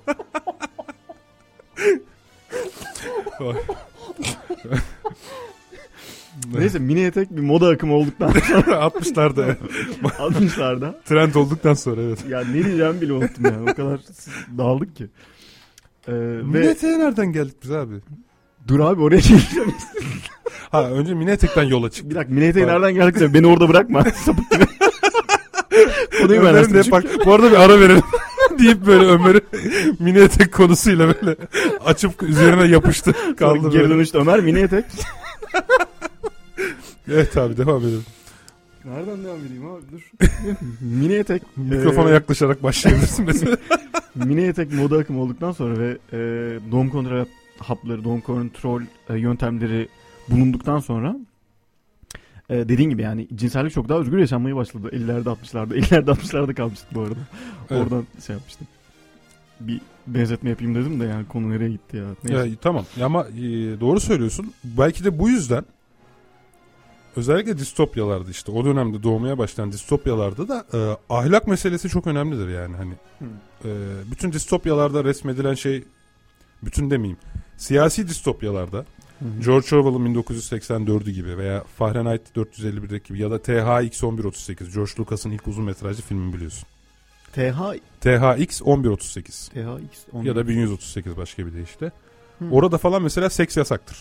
Neyse mini etek bir moda akımı olduktan sonra 60'larda 60'larda. trend olduktan sonra evet. Ya ne diyeceğimi bile unuttum ya. O kadar dağıldık ki. Mini Ve eteğe nereden geldik biz abi? dur abi oraya geleceğim. Ha önce mini etekten yola çık. Bir dakika mini eteğe nereden geldik sen? Beni orada bırakma. Sapık gibi. Konuyu ben Ömer'in de açtım. bak bu arada bir ara verelim deyip böyle Ömer'i mini etek konusuyla böyle açıp üzerine yapıştı. Kaldı Geri böyle. dönüşte Ömer mini etek. Evet abi devam edelim. Nereden devam edeyim abi dur. Mini etek. Mikrofona yaklaşarak başlayabilirsin mesela. Mini etek moda akımı olduktan sonra ve doğum kontrol hapları, doğum kontrol yöntemleri bulunduktan sonra dediğin gibi yani cinsellik çok daha özgür yaşanmaya başladı 50'lerde 60'larda. 50'lerde 60'larda kalmıştık bu arada. Evet. Oradan şey yapmıştım. Bir benzetme yapayım dedim de yani konu nereye gitti ya. Neyse. Ya, tamam ama doğru söylüyorsun. Belki de bu yüzden özellikle distopyalarda işte o dönemde doğmaya başlayan distopyalarda da ahlak meselesi çok önemlidir yani hani. Bütün distopyalarda resmedilen şey, bütün demeyeyim, siyasi distopyalarda George Orwell'ın 1984'ü gibi veya Fahrenheit 451'deki gibi ya da THX 1138, George Lucas'ın ilk uzun metrajlı filmi biliyorsun. THX 1138 ya da 1138 başka bir deyişle. Orada falan mesela seks yasaktır.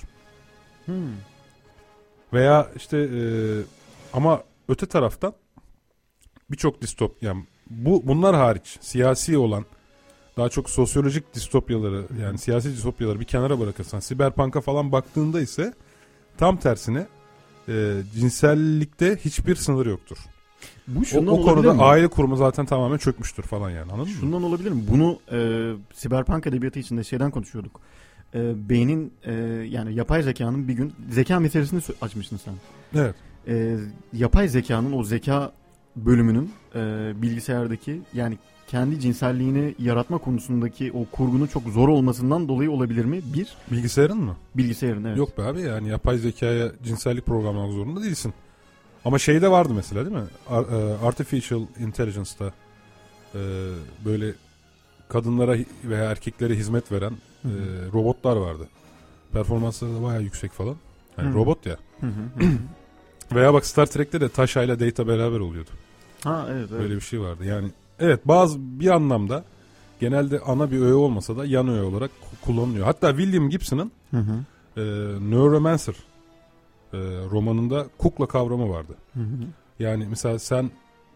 Veya işte ama öte taraftan birçok yani bunlar hariç siyasi olan daha çok sosyolojik distopyaları yani siyasi distopyaları bir kenara bırakırsan siberpunk'a falan baktığında ise tam tersine cinsellikte hiçbir sınır yoktur. Bu şundan o konuda mi? Aile kurumu zaten tamamen çökmüştür falan yani, anladın mı? Şundan olabilir mi? Bunu siberpunk edebiyatı içinde şeyden konuşuyorduk. Beynin yani yapay zekanın bir gün zeka meselesini açmışsın sen. Evet. Yapay zekanın o zeka bölümünün bilgisayardaki yani kendi cinselliğini yaratma konusundaki o kurgunun çok zor olmasından dolayı olabilir mi? Bilgisayarın mı? Bilgisayarın evet. Yok be abi yani yapay zekaya cinsellik programlamak zorunda değilsin. Ama şey de vardı mesela değil mi? Artificial Intelligence'da böyle kadınlara veya erkeklere hizmet veren robotlar vardı. Performansları da bayağı yüksek falan. Yani robot ya. Veya bak Star Trek'te de Tasha ile Data beraber oluyordu. Ha evet. Böyle bir şey vardı. Yani evet bir anlamda genelde ana bir öğe olmasa da yan öğe olarak kullanılıyor. Hatta William Gibson'ın Neuromancer romanında kukla kavramı vardı. Yani mesela sen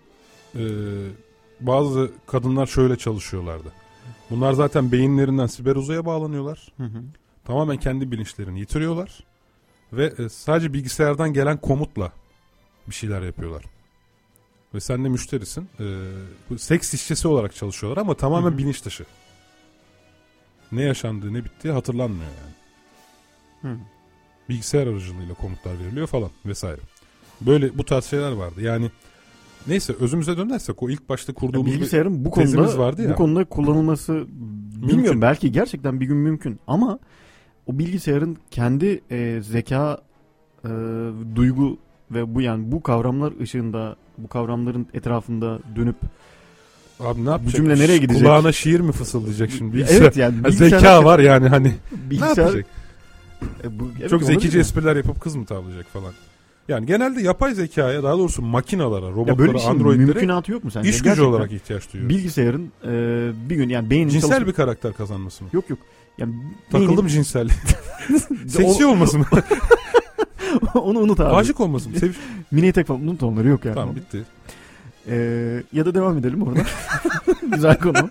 bazı kadınlar şöyle çalışıyorlardı. Bunlar zaten beyinlerinden siber uzaya bağlanıyorlar. Tamamen kendi bilinçlerini yitiriyorlar. Ve sadece bilgisayardan gelen komutla bir şeyler yapıyorlar. Ve sen de müşterisin. Seks işçisi olarak çalışıyorlar ama tamamen bilinç dışı. Ne yaşandığı ne bittiği hatırlanmıyor yani. Bilgisayar aracılığıyla komutlar veriliyor falan vesaire. Böyle bu tarz şeyler vardı. Yani neyse özümüze dönersek o ilk başta kurduğumuz bilgisayarın bu tezimiz vardı ya. Bu konuda kullanılması bilmiyorum belki gerçekten bir gün mümkün ama o bilgisayarın kendi zeka duygu ve bu kavramlar ışığında bu kavramların etrafında dönüp abi ne yapacak? Bu cümle nereye gidecek? Kulağına şiir mi fısıldayacak şimdi? Evet yani zeka var yani hani. Bilgisayar, ne yapacak? Evet, Çok zekice olabilir. espriler yapıp kız mı tavlayacak falan. Yani genelde yapay zekaya, daha doğrusu makinalara, Ya böyle robotlara, bir şey androidlere mümkünatı yok mu sence? iş gücü Gerçekten olarak ihtiyaç duyuyor. bilgisayarın bir gün yani beynin Cinsel bir karakter kazanması mı? Yok. Yani Takıldım cinsel. Seksi olması mı? Onu unut abi. Aşık olması mı? Mini etek falan unut onları yok yani. Tamam bitti. Ya da devam edelim orada. Güzel konu.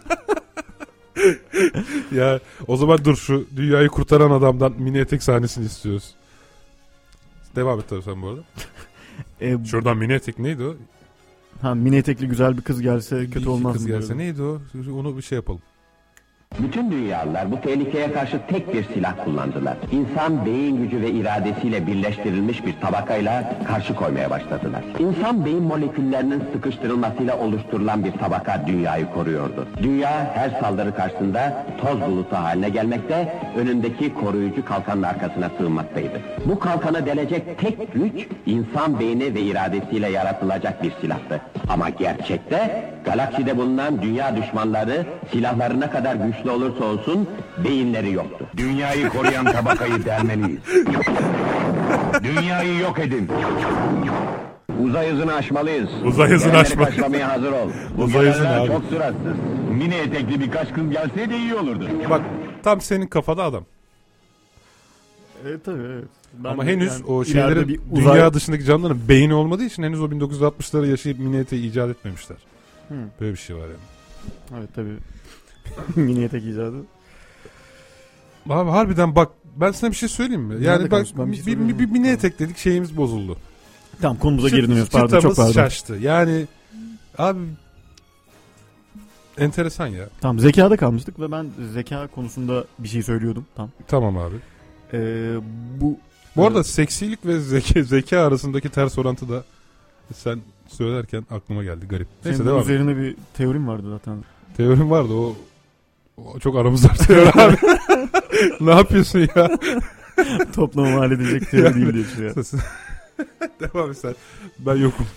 Ya o zaman dur, şu dünyayı kurtaran adamdan mini etek sahnesini istiyoruz. Devam et tabii sen bu arada. Şuradan mini etek neydi o? Mini etekli güzel bir kız gelse kötü olmaz kız mı? gelse diyorum. neydi o? Onu bir şey yapalım. Bütün dünyalılar bu tehlikeye karşı tek bir silah kullandılar. İnsan beyin gücü ve iradesiyle birleştirilmiş bir tabakayla karşı koymaya başladılar. İnsan beyin moleküllerinin sıkıştırılmasıyla oluşturulan bir tabaka dünyayı koruyordu. Dünya her saldırı karşısında toz bulutu haline gelmekte, önündeki koruyucu kalkanın arkasına sığınmaktaydı. Bu kalkanı delecek tek güç insan beyni ve iradesiyle yaratılacak bir silahtı. Ama gerçekte galakside bulunan dünya düşmanları silahlarına kadar güçlü olursa olsun beyinleri yoktu. Dünyayı koruyan tabakayı delmeliyiz. Dünyayı yok edin. Uzay hızını aşmalıyız. Uzay hızını Yerleri aşmalıyız. Karşılamaya hazır ol. Bu Uzay hızını kararlar abi. çok süratsiz. Mini etekli birkaç kız gelseydi iyi olurdu. Bak tam senin kafada adam. Tabii evet. Ama de henüz yani o ileride şeylerin bir dünya dışındaki canlıların beyni olmadığı için henüz o 1960'ları yaşayıp mini eteği icat etmemişler. Böyle bir şey var yani. Evet tabii. Mini etek icadı. Abi harbiden bak, ben sana bir şey söyleyeyim mi? Yani bak kalmış? Ben bir şey söyleyeyim. bir mini etek dedik, şeyimiz bozuldu. Tamam, konumuza geri dönüyoruz. Pardon, çok Çıtamız pardon. şaştı. Yani abi enteresan ya. Tamam, zekada kalmıştık ve ben zeka konusunda bir şey söylüyordum. Tamam abi. Bu arada seksilik ve zeka arasındaki ters orantı da sen söylerken aklıma geldi, garip. Neyse senin devam et. üzerine bir teorim vardı zaten. Teorim vardı, o çok aramızda bir teori abi. Ne yapıyorsun ya? Toplamı mal edecek teori değil diye düşünüyorum. Devam et sen. Ben yokum.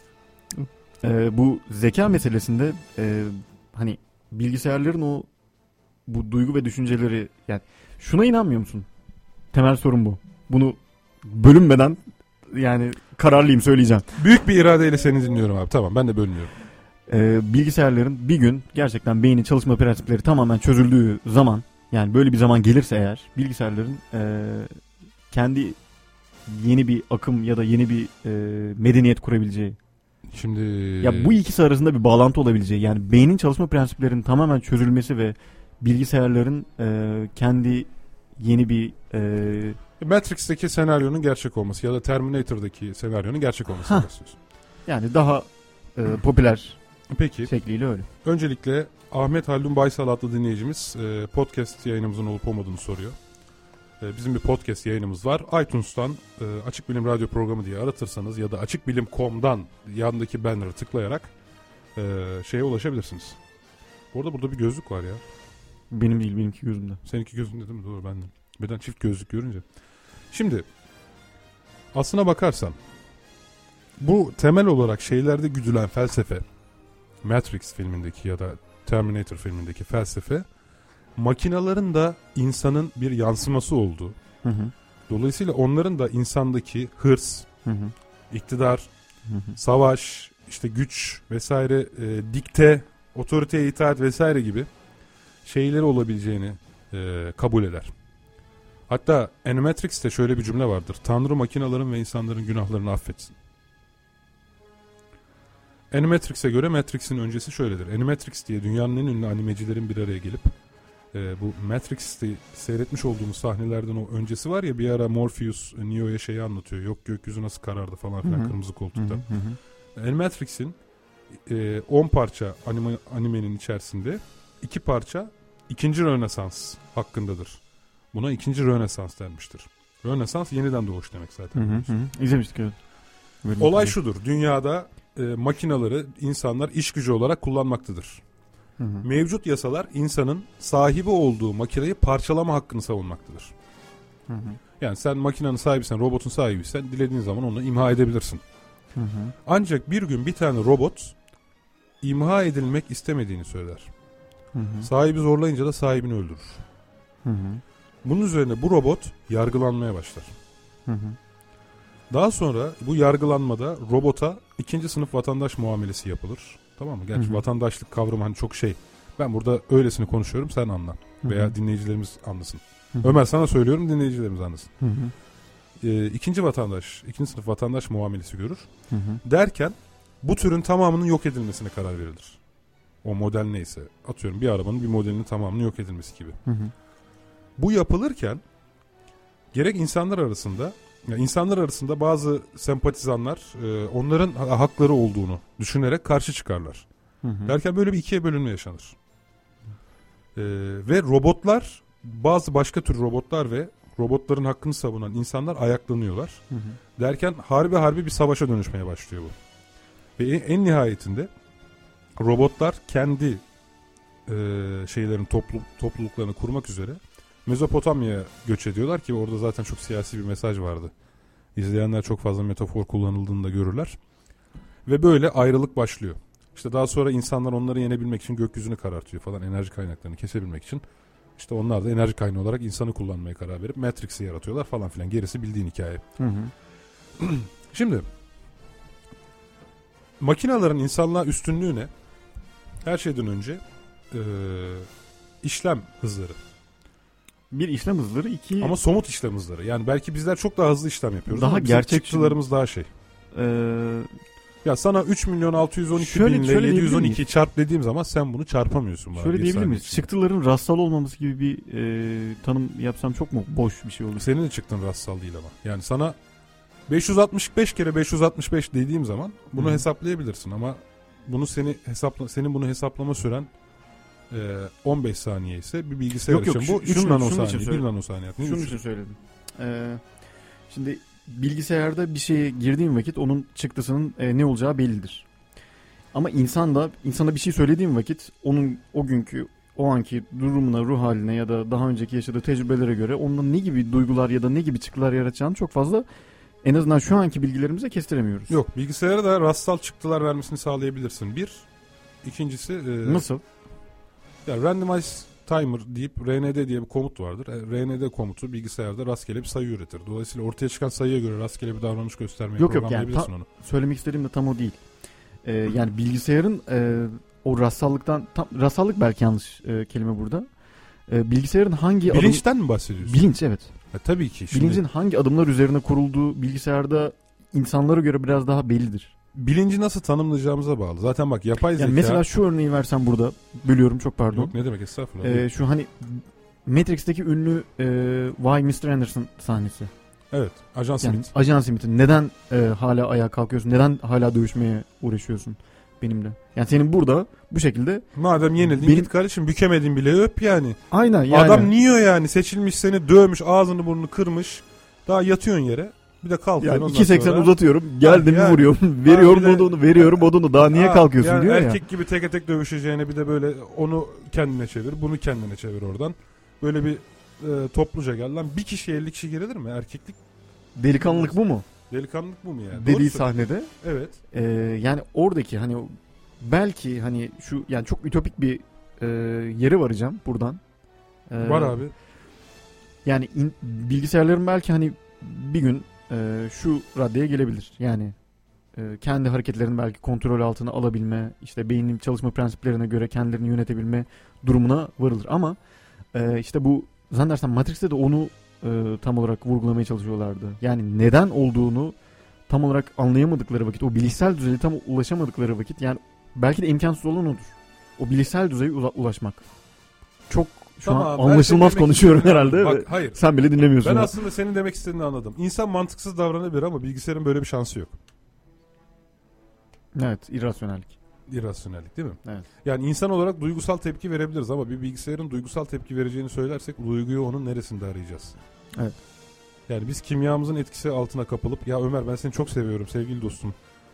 Bu zeka meselesinde hani bilgisayarların bu duygu ve düşünceleri, yani şuna inanmıyor musun? Temel sorun bu. Bunu bölünmeden yani kararlıyım, söyleyeceğim. Büyük bir iradeyle seni dinliyorum abi. Tamam, ben de bölünüyorum. Bilgisayarların bir gün gerçekten beynin çalışma prensipleri tamamen çözüldüğü zaman, yani böyle bir zaman gelirse eğer, bilgisayarların kendi yeni bir akım ya da yeni bir medeniyet kurabileceği. Şimdi Ya bu ikisi arasında bir bağlantı olabileceği, yani beynin çalışma prensiplerinin tamamen çözülmesi ve bilgisayarların kendi yeni bir Matrix'teki senaryonun gerçek olması ya da Terminator'daki senaryonun gerçek olması istiyorsun. Yani daha popüler Peki. şekliyle öyle. Öncelikle Ahmet Haldun Baysal adlı dinleyicimiz podcast yayınımızın olup olmadığını soruyor. Bizim bir podcast yayınımız var. iTunes'tan Açık Bilim Radyo Programı diye aratırsanız ya da açıkbilim.com'dan yandaki banner'ı tıklayarak şeye ulaşabilirsiniz. Burada bir gözlük var ya. Benim değil, benimki gözümde. Seninki gözünde değil mi? Doğru, bende. Birden çift gözlük görünce. Şimdi aslına bakarsan bu temel olarak şeylerde güdülen felsefe, Matrix filmindeki ya da Terminator filmindeki felsefe, makinaların da insanın bir yansıması olduğu. Hı hı. Dolayısıyla onların da insandaki hırs, Hı hı. iktidar, Hı hı. savaş, işte güç vesaire, dikte, otoriteye itaat vesaire gibi şeyleri olabileceğini kabul eder. Hatta Animatrix'te şöyle bir cümle vardır. Tanrı makinaların ve insanların günahlarını affetsin. Animatrix'e göre Matrix'in öncesi şöyledir. Animatrix diye dünyanın en ünlü animecilerin bir araya gelip bu Matrix'te seyretmiş olduğumuz sahnelerden o öncesi var ya, bir ara Morpheus Neo'ya şeyi anlatıyor. Yok gökyüzü nasıl karardı falan filan, Hı hı. kırmızı koltukta. Hı hı. Animatrix'in 10 parça animenin içerisinde 2 parça ikinci Rönesans hakkındadır. Buna ikinci Rönesans denmiştir. Rönesans yeniden doğuş demek zaten. Hı hı hı. İzlemiştik, evet. Böyle Olay şudur. Dünyada makinaları insanlar iş gücü olarak kullanmaktadır. Hı hı. Mevcut yasalar insanın sahibi olduğu makineyi parçalama hakkını savunmaktadır. Hı hı. Yani sen makinenin sahibiysen, robotun sahibiysen dilediğin zaman onu imha edebilirsin. Hı hı. Ancak bir gün bir tane robot imha edilmek istemediğini söyler. Hı hı. Sahibi zorlayınca da sahibini öldürür. Hı hı. Bunun üzerine bu robot yargılanmaya başlar. Hı hı. Daha sonra bu yargılanmada robota 2. sınıf vatandaş muamelesi yapılır. Tamam mı? Gerçi vatandaşlık kavramı hani çok şey. Ben burada öylesini konuşuyorum, sen anla. Veya dinleyicilerimiz anlasın. Ömer sana söylüyorum, dinleyicilerimiz anlasın. 2. vatandaş, 2. sınıf vatandaş muamelesi görür. Derken bu türün tamamının yok edilmesine karar verilir. O model neyse. Atıyorum bir arabanın bir modelinin tamamının yok edilmesi gibi. Bu yapılırken gerek insanlar arasında bazı sempatizanlar onların hakları olduğunu düşünerek karşı çıkarlar. Derken böyle bir ikiye bölünme yaşanır. Ve robotlar, bazı başka tür robotlar ve robotların hakkını savunan insanlar ayaklanıyorlar. Derken harbi bir savaşa dönüşmeye başlıyor bu. Ve en nihayetinde robotlar kendi topluluklarını kurmak üzere Mezopotamya'ya göç ediyorlar ki orada zaten çok siyasi bir mesaj vardı. İzleyenler çok fazla metafor kullanıldığını da görürler. Ve böyle ayrılık başlıyor. İşte daha sonra insanlar onları yenebilmek için gökyüzünü karartıyor falan, enerji kaynaklarını kesebilmek için. İşte onlar da enerji kaynağı olarak insanı kullanmaya karar verip Matrix'i yaratıyorlar falan filan. Gerisi bildiğin hikaye. Şimdi makinelerin insanlığa üstünlüğü ne? Her şeyden önce işlem hızları. Bir işlem hızları, iki... Ama somut işlem hızları. Yani belki bizler çok daha hızlı işlem yapıyoruz. Daha gerçek çıktılarımız daha şey. Ya sana 3.612.712 çarp dediğim zaman sen bunu çarpamıyorsun. Şöyle diyebilir miyiz? Çıktıların rastsal olmaması gibi bir tanım yapsam çok mu boş bir şey olur? Senin de çıktın rastsal değil ama. Yani sana 565 kere 565 dediğim zaman bunu hesaplayabilirsin ama bunu senin bunu hesaplama süren 15 saniye ise bir bilgisayar için bu 3 nanosaniye, 1 nanosaniye. Şunun için söyledim. Şimdi bilgisayarda bir şeye girdiğim vakit onun çıktısının ne olacağı bellidir. Ama insana bir şey söylediğim vakit onun o günkü, o anki durumuna, ruh haline ya da daha önceki yaşadığı tecrübelere göre onun ne gibi duygular ya da ne gibi çıktılar yaratacağını çok fazla, en azından şu anki bilgilerimize kestiremiyoruz. Yok, bilgisayara da rastsal çıktılar vermesini sağlayabilirsin. Bir. İkincisi... Nasıl? Ya randomize timer deyip RND diye bir komut vardır. RND komutu bilgisayarda rastgele bir sayı üretir. Dolayısıyla ortaya çıkan sayıya göre rastgele bir davranış göstermeye programlayabilirsin onu. Söylemek istediğim de tam o değil. Yani bilgisayarın o rastsallıktan, rastsallık belki yanlış kelime burada. Bilgisayarın hangi bilinçten mi bahsediyorsun? Bilinç, evet. Tabii ki. Bilincin hangi adımlar üzerine kurulduğu bilgisayarda insanlara göre biraz daha bellidir. Bilinci nasıl tanımlayacağımıza bağlı. Zaten bak yapay zeka... mesela şu örneği versem burada, bölüyorum çok pardon. Yok, ne demek, estağfurullah. Şu hani Matrix'teki ünlü Why Mr. Anderson sahnesi. Evet, Ajan Smith. Ajan Smith'in neden hala ayağa kalkıyorsun? Neden hala dövüşmeye uğraşıyorsun benimle? Yani senin burada bu şekilde... Madem yenildin git kardeşim, bükemedin bile öp yani. Aynen yani. Adam niye yani, seçilmiş seni dövmüş, ağzını burnunu kırmış. Daha yatıyorsun yere. Bir de kalkıyorsun. Yani 2.80 uzatıyorum. Geldim yani, vuruyorum. Veriyorum odunu. Daha niye kalkıyorsun yani diyor erkek gibi tek tek dövüşeceğine bir de böyle onu kendine çevir. Bunu kendine çevir oradan. Böyle bir topluca gel lan. Bir kişi 50 kişi gerilir mi? Erkeklik. Delikanlılık bu mu? Delikanlılık bu mu yani? Dediği sahnede. Evet. Yani oradaki hani belki hani şu yani çok ütopik bir yere varacağım buradan. Var abi. Yani bilgisayarların belki hani bir gün şu raddeye gelebilir. Yani kendi hareketlerini belki kontrol altına alabilme, işte beynin çalışma prensiplerine göre kendilerini yönetebilme durumuna varılır. Ama işte bu zannedersem Matrix'te de onu tam olarak vurgulamaya çalışıyorlardı. Yani neden olduğunu tam olarak anlayamadıkları vakit, o bilişsel düzeye tam ulaşamadıkları vakit, yani belki de imkansız olan odur. O bilişsel düzeye ulaşmak. Çok şu an anlaşılmaz konuşuyorum herhalde. Bak, hayır. Sen bile dinlemiyorsun. Ben aslında senin demek istediğini anladım. İnsan mantıksız davranabilir ama bilgisayarın böyle bir şansı yok. Evet, irrasyonellik. İrrasyonellik değil mi? Evet. Yani insan olarak duygusal tepki verebiliriz ama bir bilgisayarın duygusal tepki vereceğini söylersek duyguyu onun neresinde arayacağız? Evet. Yani biz kimyamızın etkisi altına kapılıp ya Ömer ben seni çok seviyorum sevgili dostum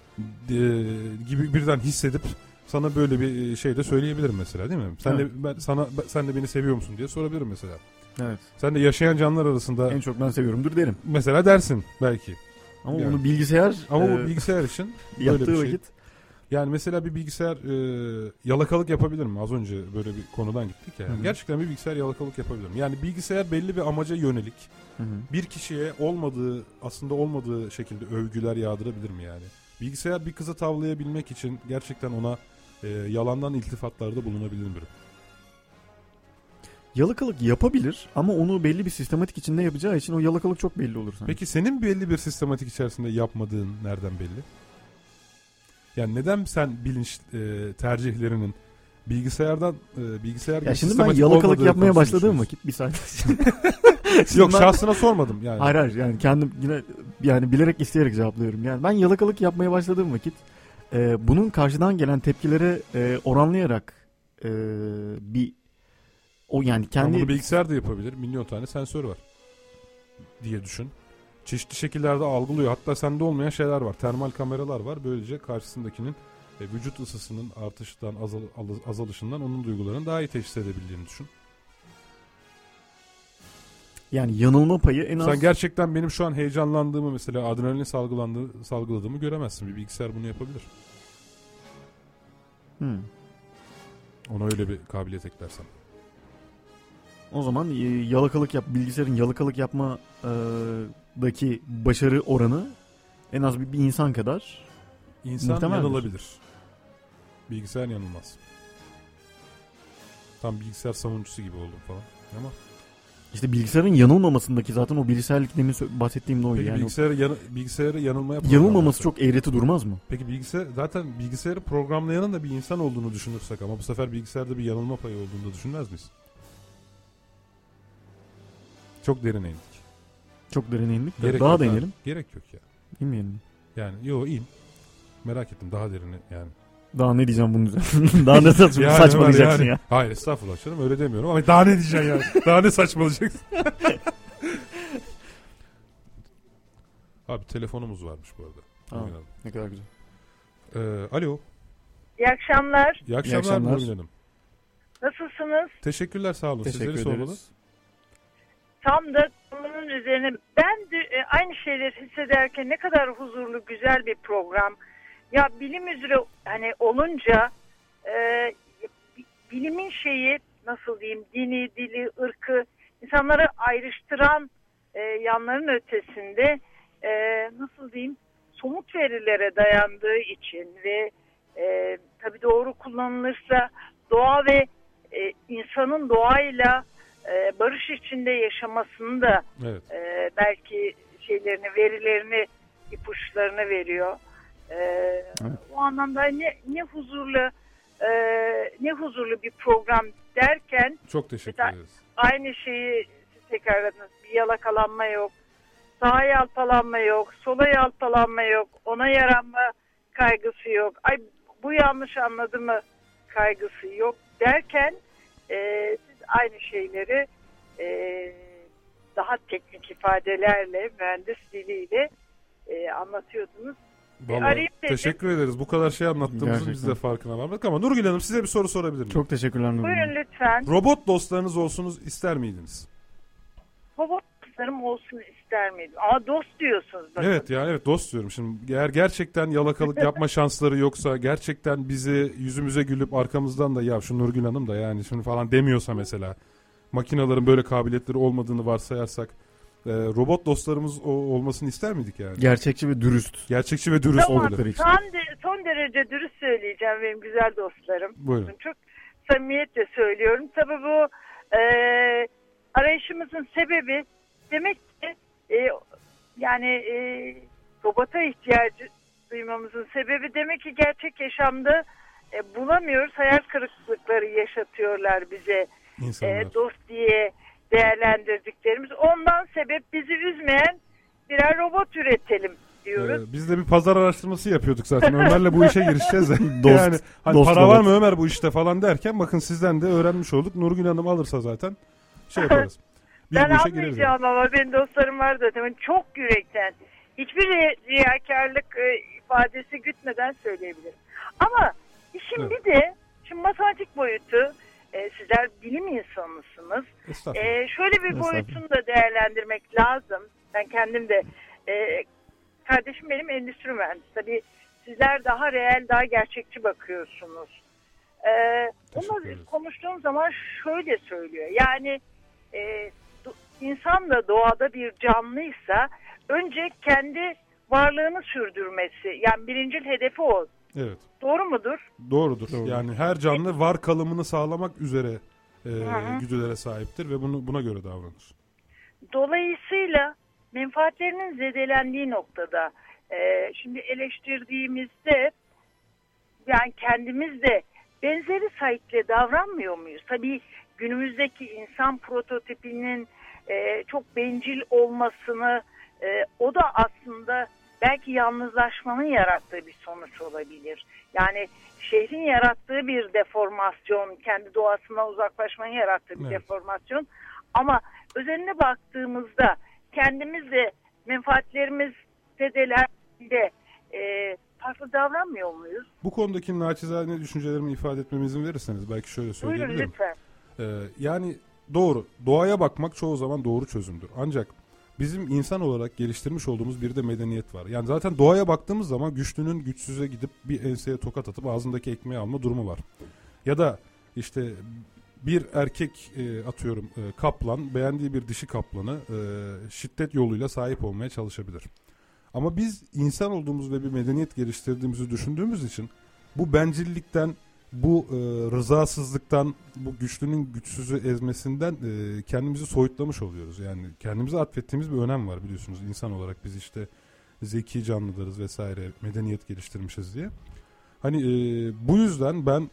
gibi birden hissedip sana böyle bir şey de söyleyebilirim mesela, değil mi? Sen de beni seviyor musun diye sorabilirim mesela. Evet. Sen de yaşayan canlılar arasında en çok ben seviyorumdur derim. Mesela dersin belki. Ama yani bunu bilgisayar bu bilgisayar için yaptığı böyle bir vakit Yani mesela bir bilgisayar yalakalık yapabilir mi? Az önce böyle bir konudan gittik ya. Hı-hı. Gerçekten bir bilgisayar yalakalık yapabilir mi? Yani bilgisayar belli bir amaca yönelik bir kişiye aslında olmadığı şekilde övgüler yağdırabilir mi yani? Bilgisayar bir kızı tavlayabilmek için gerçekten ona yalandan iltifatlarda bulunabilir mi? Yalakalık yapabilir ama onu belli bir sistematik içinde yapacağı için o yalakalık çok belli olur sanki. Peki senin belli bir sistematik içerisinde yapmadığın nereden belli? Yani neden sen bilinç tercihlerinin bilgisayar ya şimdi ben yalakalık yapmaya başladığım vakit bir saniye. Yok şahsına sormadım yani. Hayır yani kendim yine yani bilerek isteyerek cevaplıyorum. Yani ben yalakalık yapmaya başladığım vakit bunun karşıdan gelen tepkilere oranlayarak yani kendi... Bunu bilgisayar da yapabilir. Milyon tane sensör var diye düşün. Çeşitli şekillerde algılıyor. Hatta sende olmayan şeyler var. Termal kameralar var. Böylece karşısındakinin vücut ısısının artışından azalışından onun duygularını daha iyi teşhis edebildiğini düşün. Yani yanılma payı en az... Sen gerçekten benim şu an heyecanlandığımı mesela adrenalin salgıladığımı göremezsin. Bir bilgisayar bunu yapabilir. Ona öyle bir kabiliyet eklersen. O zaman bilgisayarın yalakalık yapmadaki başarı oranı en az bir insan kadar İnsan yanılabilir. Bilgisayar yanılmaz. Tam bilgisayar savunucusu gibi oldum falan. Ama İşte bilgisayarın yanılmamasındaki zaten o bilgisayarlık demin bahsettiğim de oydu. Peki yani bilgisayarı yanılmaya yanılmaması çok eğreti durmaz mı? Peki bilgisayarı programlayanın da bir insan olduğunu düşünürsek ama bu sefer bilgisayarda bir yanılma payı olduğunu da düşünmez miyiz? Çok derine indik. Çok derine indik. Gerek Daha yok da inelim. Gerek yok ya. İnmeyelim. Yani in. Merak ettim daha derine yani. Daha ne diyeceğim bunun üzerine? Daha ne saçmalayacaksın ya? Hayır estağfurullah canım öyle demiyorum ama daha ne diyeceksin yani? Daha ne saçmalayacaksın? Abi telefonumuz varmış bu arada. Ne kadar güzel. Alo. İyi akşamlar. İyi akşamlar Nurgül Hanım. Nasılsınız? Teşekkürler sağ olun. Teşekkür Sizleri ederiz. sormalı. Tam da konunun üzerine ben de aynı şeyleri hissederken ne kadar huzurlu güzel bir program. Ya bilim üzere hani olunca bilimin şeyi nasıl diyeyim dini, dili, ırkı insanları ayrıştıran yanların ötesinde nasıl diyeyim somut verilere dayandığı için ve tabii doğru kullanılırsa doğa ve insanın doğayla barış içinde yaşamasını da evet. Belki verilerini, ipuçlarını veriyor. Evet. O anlamda ne huzurlu bir program derken çok teşekkür ederiz. Aynı şeyi siz tekrarladınız. Bir yalakalanma yok. Sağa yalpalanma yok. Sola yalpalanma yok. Ona yaranma kaygısı yok. Ay bu yanlış anladı mı kaygısı yok derken siz aynı şeyleri daha teknik ifadelerle, mühendis diliyle anlatıyordunuz. Vallahi teşekkür ederiz. Bu kadar şey anlattığımızın biz de farkına varmadık ama Nurgül Hanım size bir soru sorabilir miyim? Çok teşekkürler Nurgül Hanım. Buyurun lütfen. Robot dostlarınız olsunuz ister miydiniz? Robot dostlarım olsun ister miydim? Ama dost diyorsunuz. Bakın. Evet dost diyorum. Şimdi eğer gerçekten yalakalık yapma şansları yoksa gerçekten bizi yüzümüze gülüp arkamızdan da ya şu Nurgül Hanım da yani şimdi falan demiyorsa mesela makinelerin böyle kabiliyetleri olmadığını varsayarsak robot dostlarımız olmasını ister miydik yani? Gerçekçi ve dürüst. Gerçekçi ve dürüst oldukları için. Son derece dürüst söyleyeceğim benim güzel dostlarım. Buyurun. Çok samimiyetle söylüyorum. Tabii bu arayışımızın sebebi demek ki robota ihtiyacı duymamızın sebebi demek ki gerçek yaşamda bulamıyoruz. Hayal kırıklıkları yaşatıyorlar bize. Dost diye değerlendirdiklerimiz. Ondan sebep bizi üzmeyen birer robot üretelim diyoruz. Biz de bir pazar araştırması yapıyorduk zaten. Ömer'le bu işe girişeceğiz. Yani hani para var mı Ömer bu işte falan derken bakın sizden de öğrenmiş olduk. Nurgül Hanım alırsa zaten yaparız. Ben almayacağım ama benim dostlarım var zaten. Çok yürekten. Hiçbir riyakarlık ifadesi gütmeden söyleyebilirim. Ama işin bir de şimdi matematik boyutu sizler bilim insanısınız. Şöyle bir boyutunu da değerlendirmek lazım. Ben kendim de kardeşim benim endüstri mühendisi. Tabii Sizler daha reel, daha gerçekçi bakıyorsunuz. Bunu konuştuğum zaman şöyle söylüyor. Yani insan da doğada bir canlıysa önce kendi varlığını sürdürmesi. Yani birincil hedefi o. Evet. Doğru mudur? Doğrudur. Yani her canlı var kalımını sağlamak üzere güdülere sahiptir ve buna göre davranır. Dolayısıyla menfaatlerinin zedelendiği noktada şimdi eleştirdiğimizde yani kendimiz de benzeri sahiple davranmıyor muyuz? Tabii günümüzdeki insan prototipinin çok bencil olmasını o da aslında belki yalnızlaşmanın yarattığı bir sonuç olabilir. Yani şehrin yarattığı bir deformasyon, kendi doğasından uzaklaşmanın yarattığı bir deformasyon. Ama özeline baktığımızda kendimiz de menfaatlerimiz zedelendiğinde farklı davranmıyor muyuz? Bu konudaki naçizane düşüncelerimi ifade etmeme izin verirseniz belki şöyle söyleyebilirim. Buyurun lütfen. Yani doğru. Doğaya bakmak çoğu zaman doğru çözümdür. Ancak bizim insan olarak geliştirmiş olduğumuz bir de medeniyet var. Yani zaten doğaya baktığımız zaman güçlünün güçsüze gidip bir enseye tokat atıp ağzındaki ekmeği alma durumu var. Ya da işte bir erkek kaplan beğendiği bir dişi kaplanı şiddet yoluyla sahip olmaya çalışabilir. Ama biz insan olduğumuz ve bir medeniyet geliştirdiğimizi düşündüğümüz için bu bencillikten, bu rızasızlıktan, bu güçlünün güçsüzü ezmesinden kendimizi soyutlamış oluyoruz. Yani kendimize atfettiğimiz bir önem var biliyorsunuz. İnsan olarak biz işte zeki canlılarız vesaire, medeniyet geliştirmişiz diye. Hani bu yüzden ben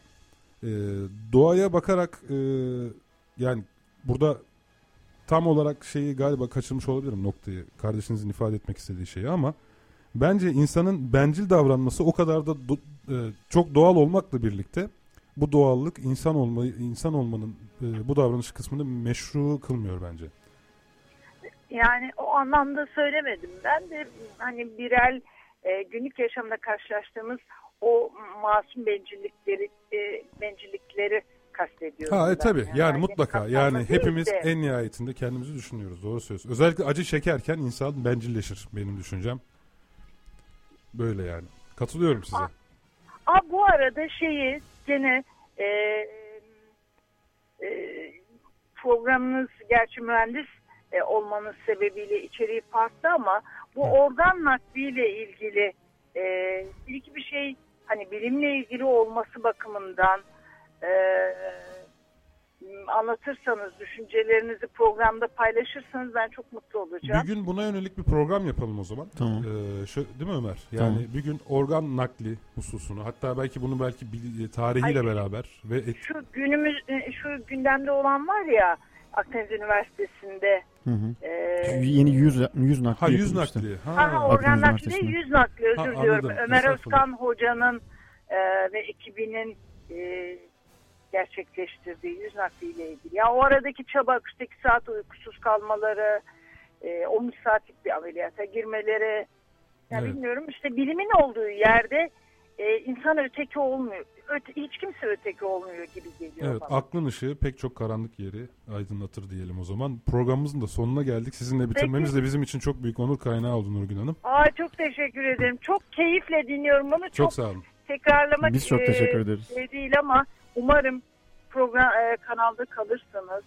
doğaya bakarak yani burada tam olarak şeyi galiba kaçırmış olabilirim noktayı, kardeşinizin ifade etmek istediği şeyi, ama bence insanın bencil davranması o kadar da çok doğal olmakla birlikte bu doğallık insan olmanın bu davranış kısmını meşru kılmıyor bence. Yani o anlamda söylemedim. Ben de hani birel günlük yaşamda karşılaştığımız o masum bencillikleri kastediyorum. Tabii yani mutlaka yani hepimiz de en nihayetinde kendimizi düşünüyoruz, doğru söylüyorsun. Özellikle acı çekerken insan bencilleşir benim düşüncem. Böyle yani. Katılıyorum size. Bu arada gene programınız gerçi mühendis olmanız sebebiyle içeriği farklı ama bu organ nakliyle ilgili bir iki bir şey hani bilimle ilgili olması bakımından anlatırsanız, düşüncelerinizi programda paylaşırsanız ben çok mutlu olacağım. Bir gün buna yönelik bir program yapalım o zaman. Tamam. Değil mi Ömer? Yani tamam. Bir gün organ nakli hususunu, hatta belki bunu tarihiyle beraber ve şu gündemde olan var ya, Akdeniz Üniversitesi'nde yeni yüz nakli. Yüz nakli. Organ nakli, yüz nakli, özür diliyorum. Anladım. Ömer Özkan hocanın ve ekibinin gerçekleştirdiği yüz nakliyle ilgili. Ya o aradaki çaba, 48 saat uykusuz kalmaları, 13 saatlik bir ameliyata girmeleri, bilmiyorum işte bilimin olduğu yerde insan öteki olmuyor. Hiç kimse öteki olmuyor gibi geliyor evet, bana. Aklın ışığı pek çok karanlık yeri aydınlatır diyelim o zaman. Programımızın da sonuna geldik. Sizinle bitirmemiz de bizim için çok büyük onur kaynağı oldu Nurgül Hanım. Çok teşekkür ederim. Çok keyifle dinliyorum bunu. Çok sağ olun. Tekrarlamak Biz çok teşekkür ederiz. Değil ama umarım program kanalda kalırsanız.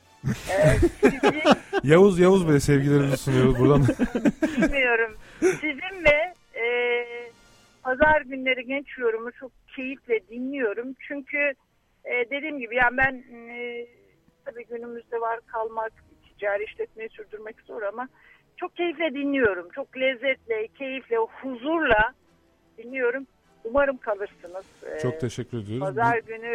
Yavuz Bey sevgilerimizi sunuyoruz buradan. Bilmiyorum. Sizin ve pazar günleri genç yorumu çok keyifle dinliyorum. Çünkü dediğim gibi yani ben tabii günümüzde var kalmak, ticari işletmeyi sürdürmek zor ama çok keyifle dinliyorum. Çok lezzetle, keyifle, huzurla dinliyorum. Umarım kalırsınız. Çok teşekkür ediyoruz. Pazar günü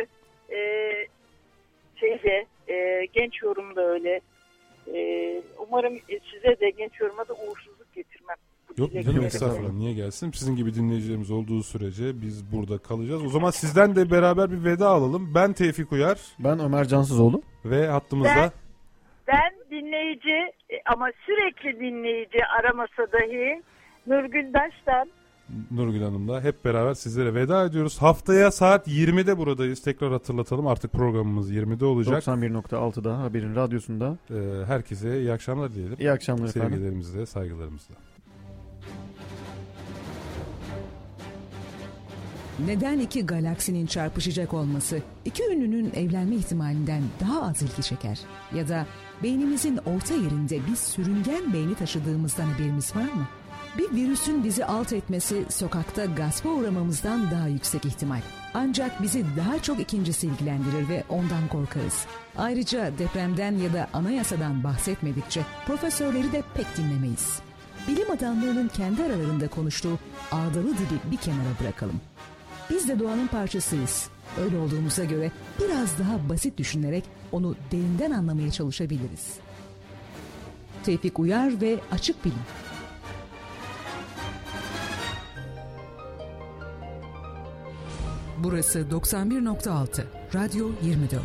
genç yorum da öyle. Umarım size de genç yoruma da uğursuzluk getirmem. Yok canım, estağfurullah, niye gelsin? Sizin gibi dinleyicilerimiz olduğu sürece biz burada kalacağız. O zaman sizden de beraber bir veda alalım. Ben Tevfik Uyar. Ben Ömer Cansızoğlu. Ve hattımızda... Ben dinleyici ama sürekli dinleyici aramasa dahi Nurgül Daş'tan. Nurgül Hanım'la hep beraber sizlere veda ediyoruz. Haftaya saat 20'de buradayız. Tekrar hatırlatalım, artık programımız 20'de olacak. 91.6'da Haberin Radyosu'nda. Herkese iyi akşamlar diyelim. İyi akşamlar efendim. Sevgilerimizle, saygılarımızla. Neden iki galaksinin çarpışacak olması iki ünlünün evlenme ihtimalinden daha az ilgi çeker? Ya da beynimizin orta yerinde bir sürüngen beyni taşıdığımızdan haberimiz var mı? Bir virüsün bizi alt etmesi sokakta gaspa uğramamızdan daha yüksek ihtimal. Ancak bizi daha çok ikincisi ilgilendirir ve ondan korkarız. Ayrıca depremden ya da anayasadan bahsetmedikçe profesörleri de pek dinlemeyiz. Bilim adamlarının kendi aralarında konuştuğu ağdalı dili bir kenara bırakalım. Biz de doğanın parçasıyız. Öyle olduğumuza göre biraz daha basit düşünerek onu derinden anlamaya çalışabiliriz. Tevfik Uyar ve Açık Bilim. Burası 91.6 Radyo 24.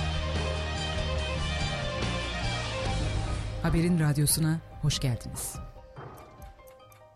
Haberin radyosuna hoş geldiniz.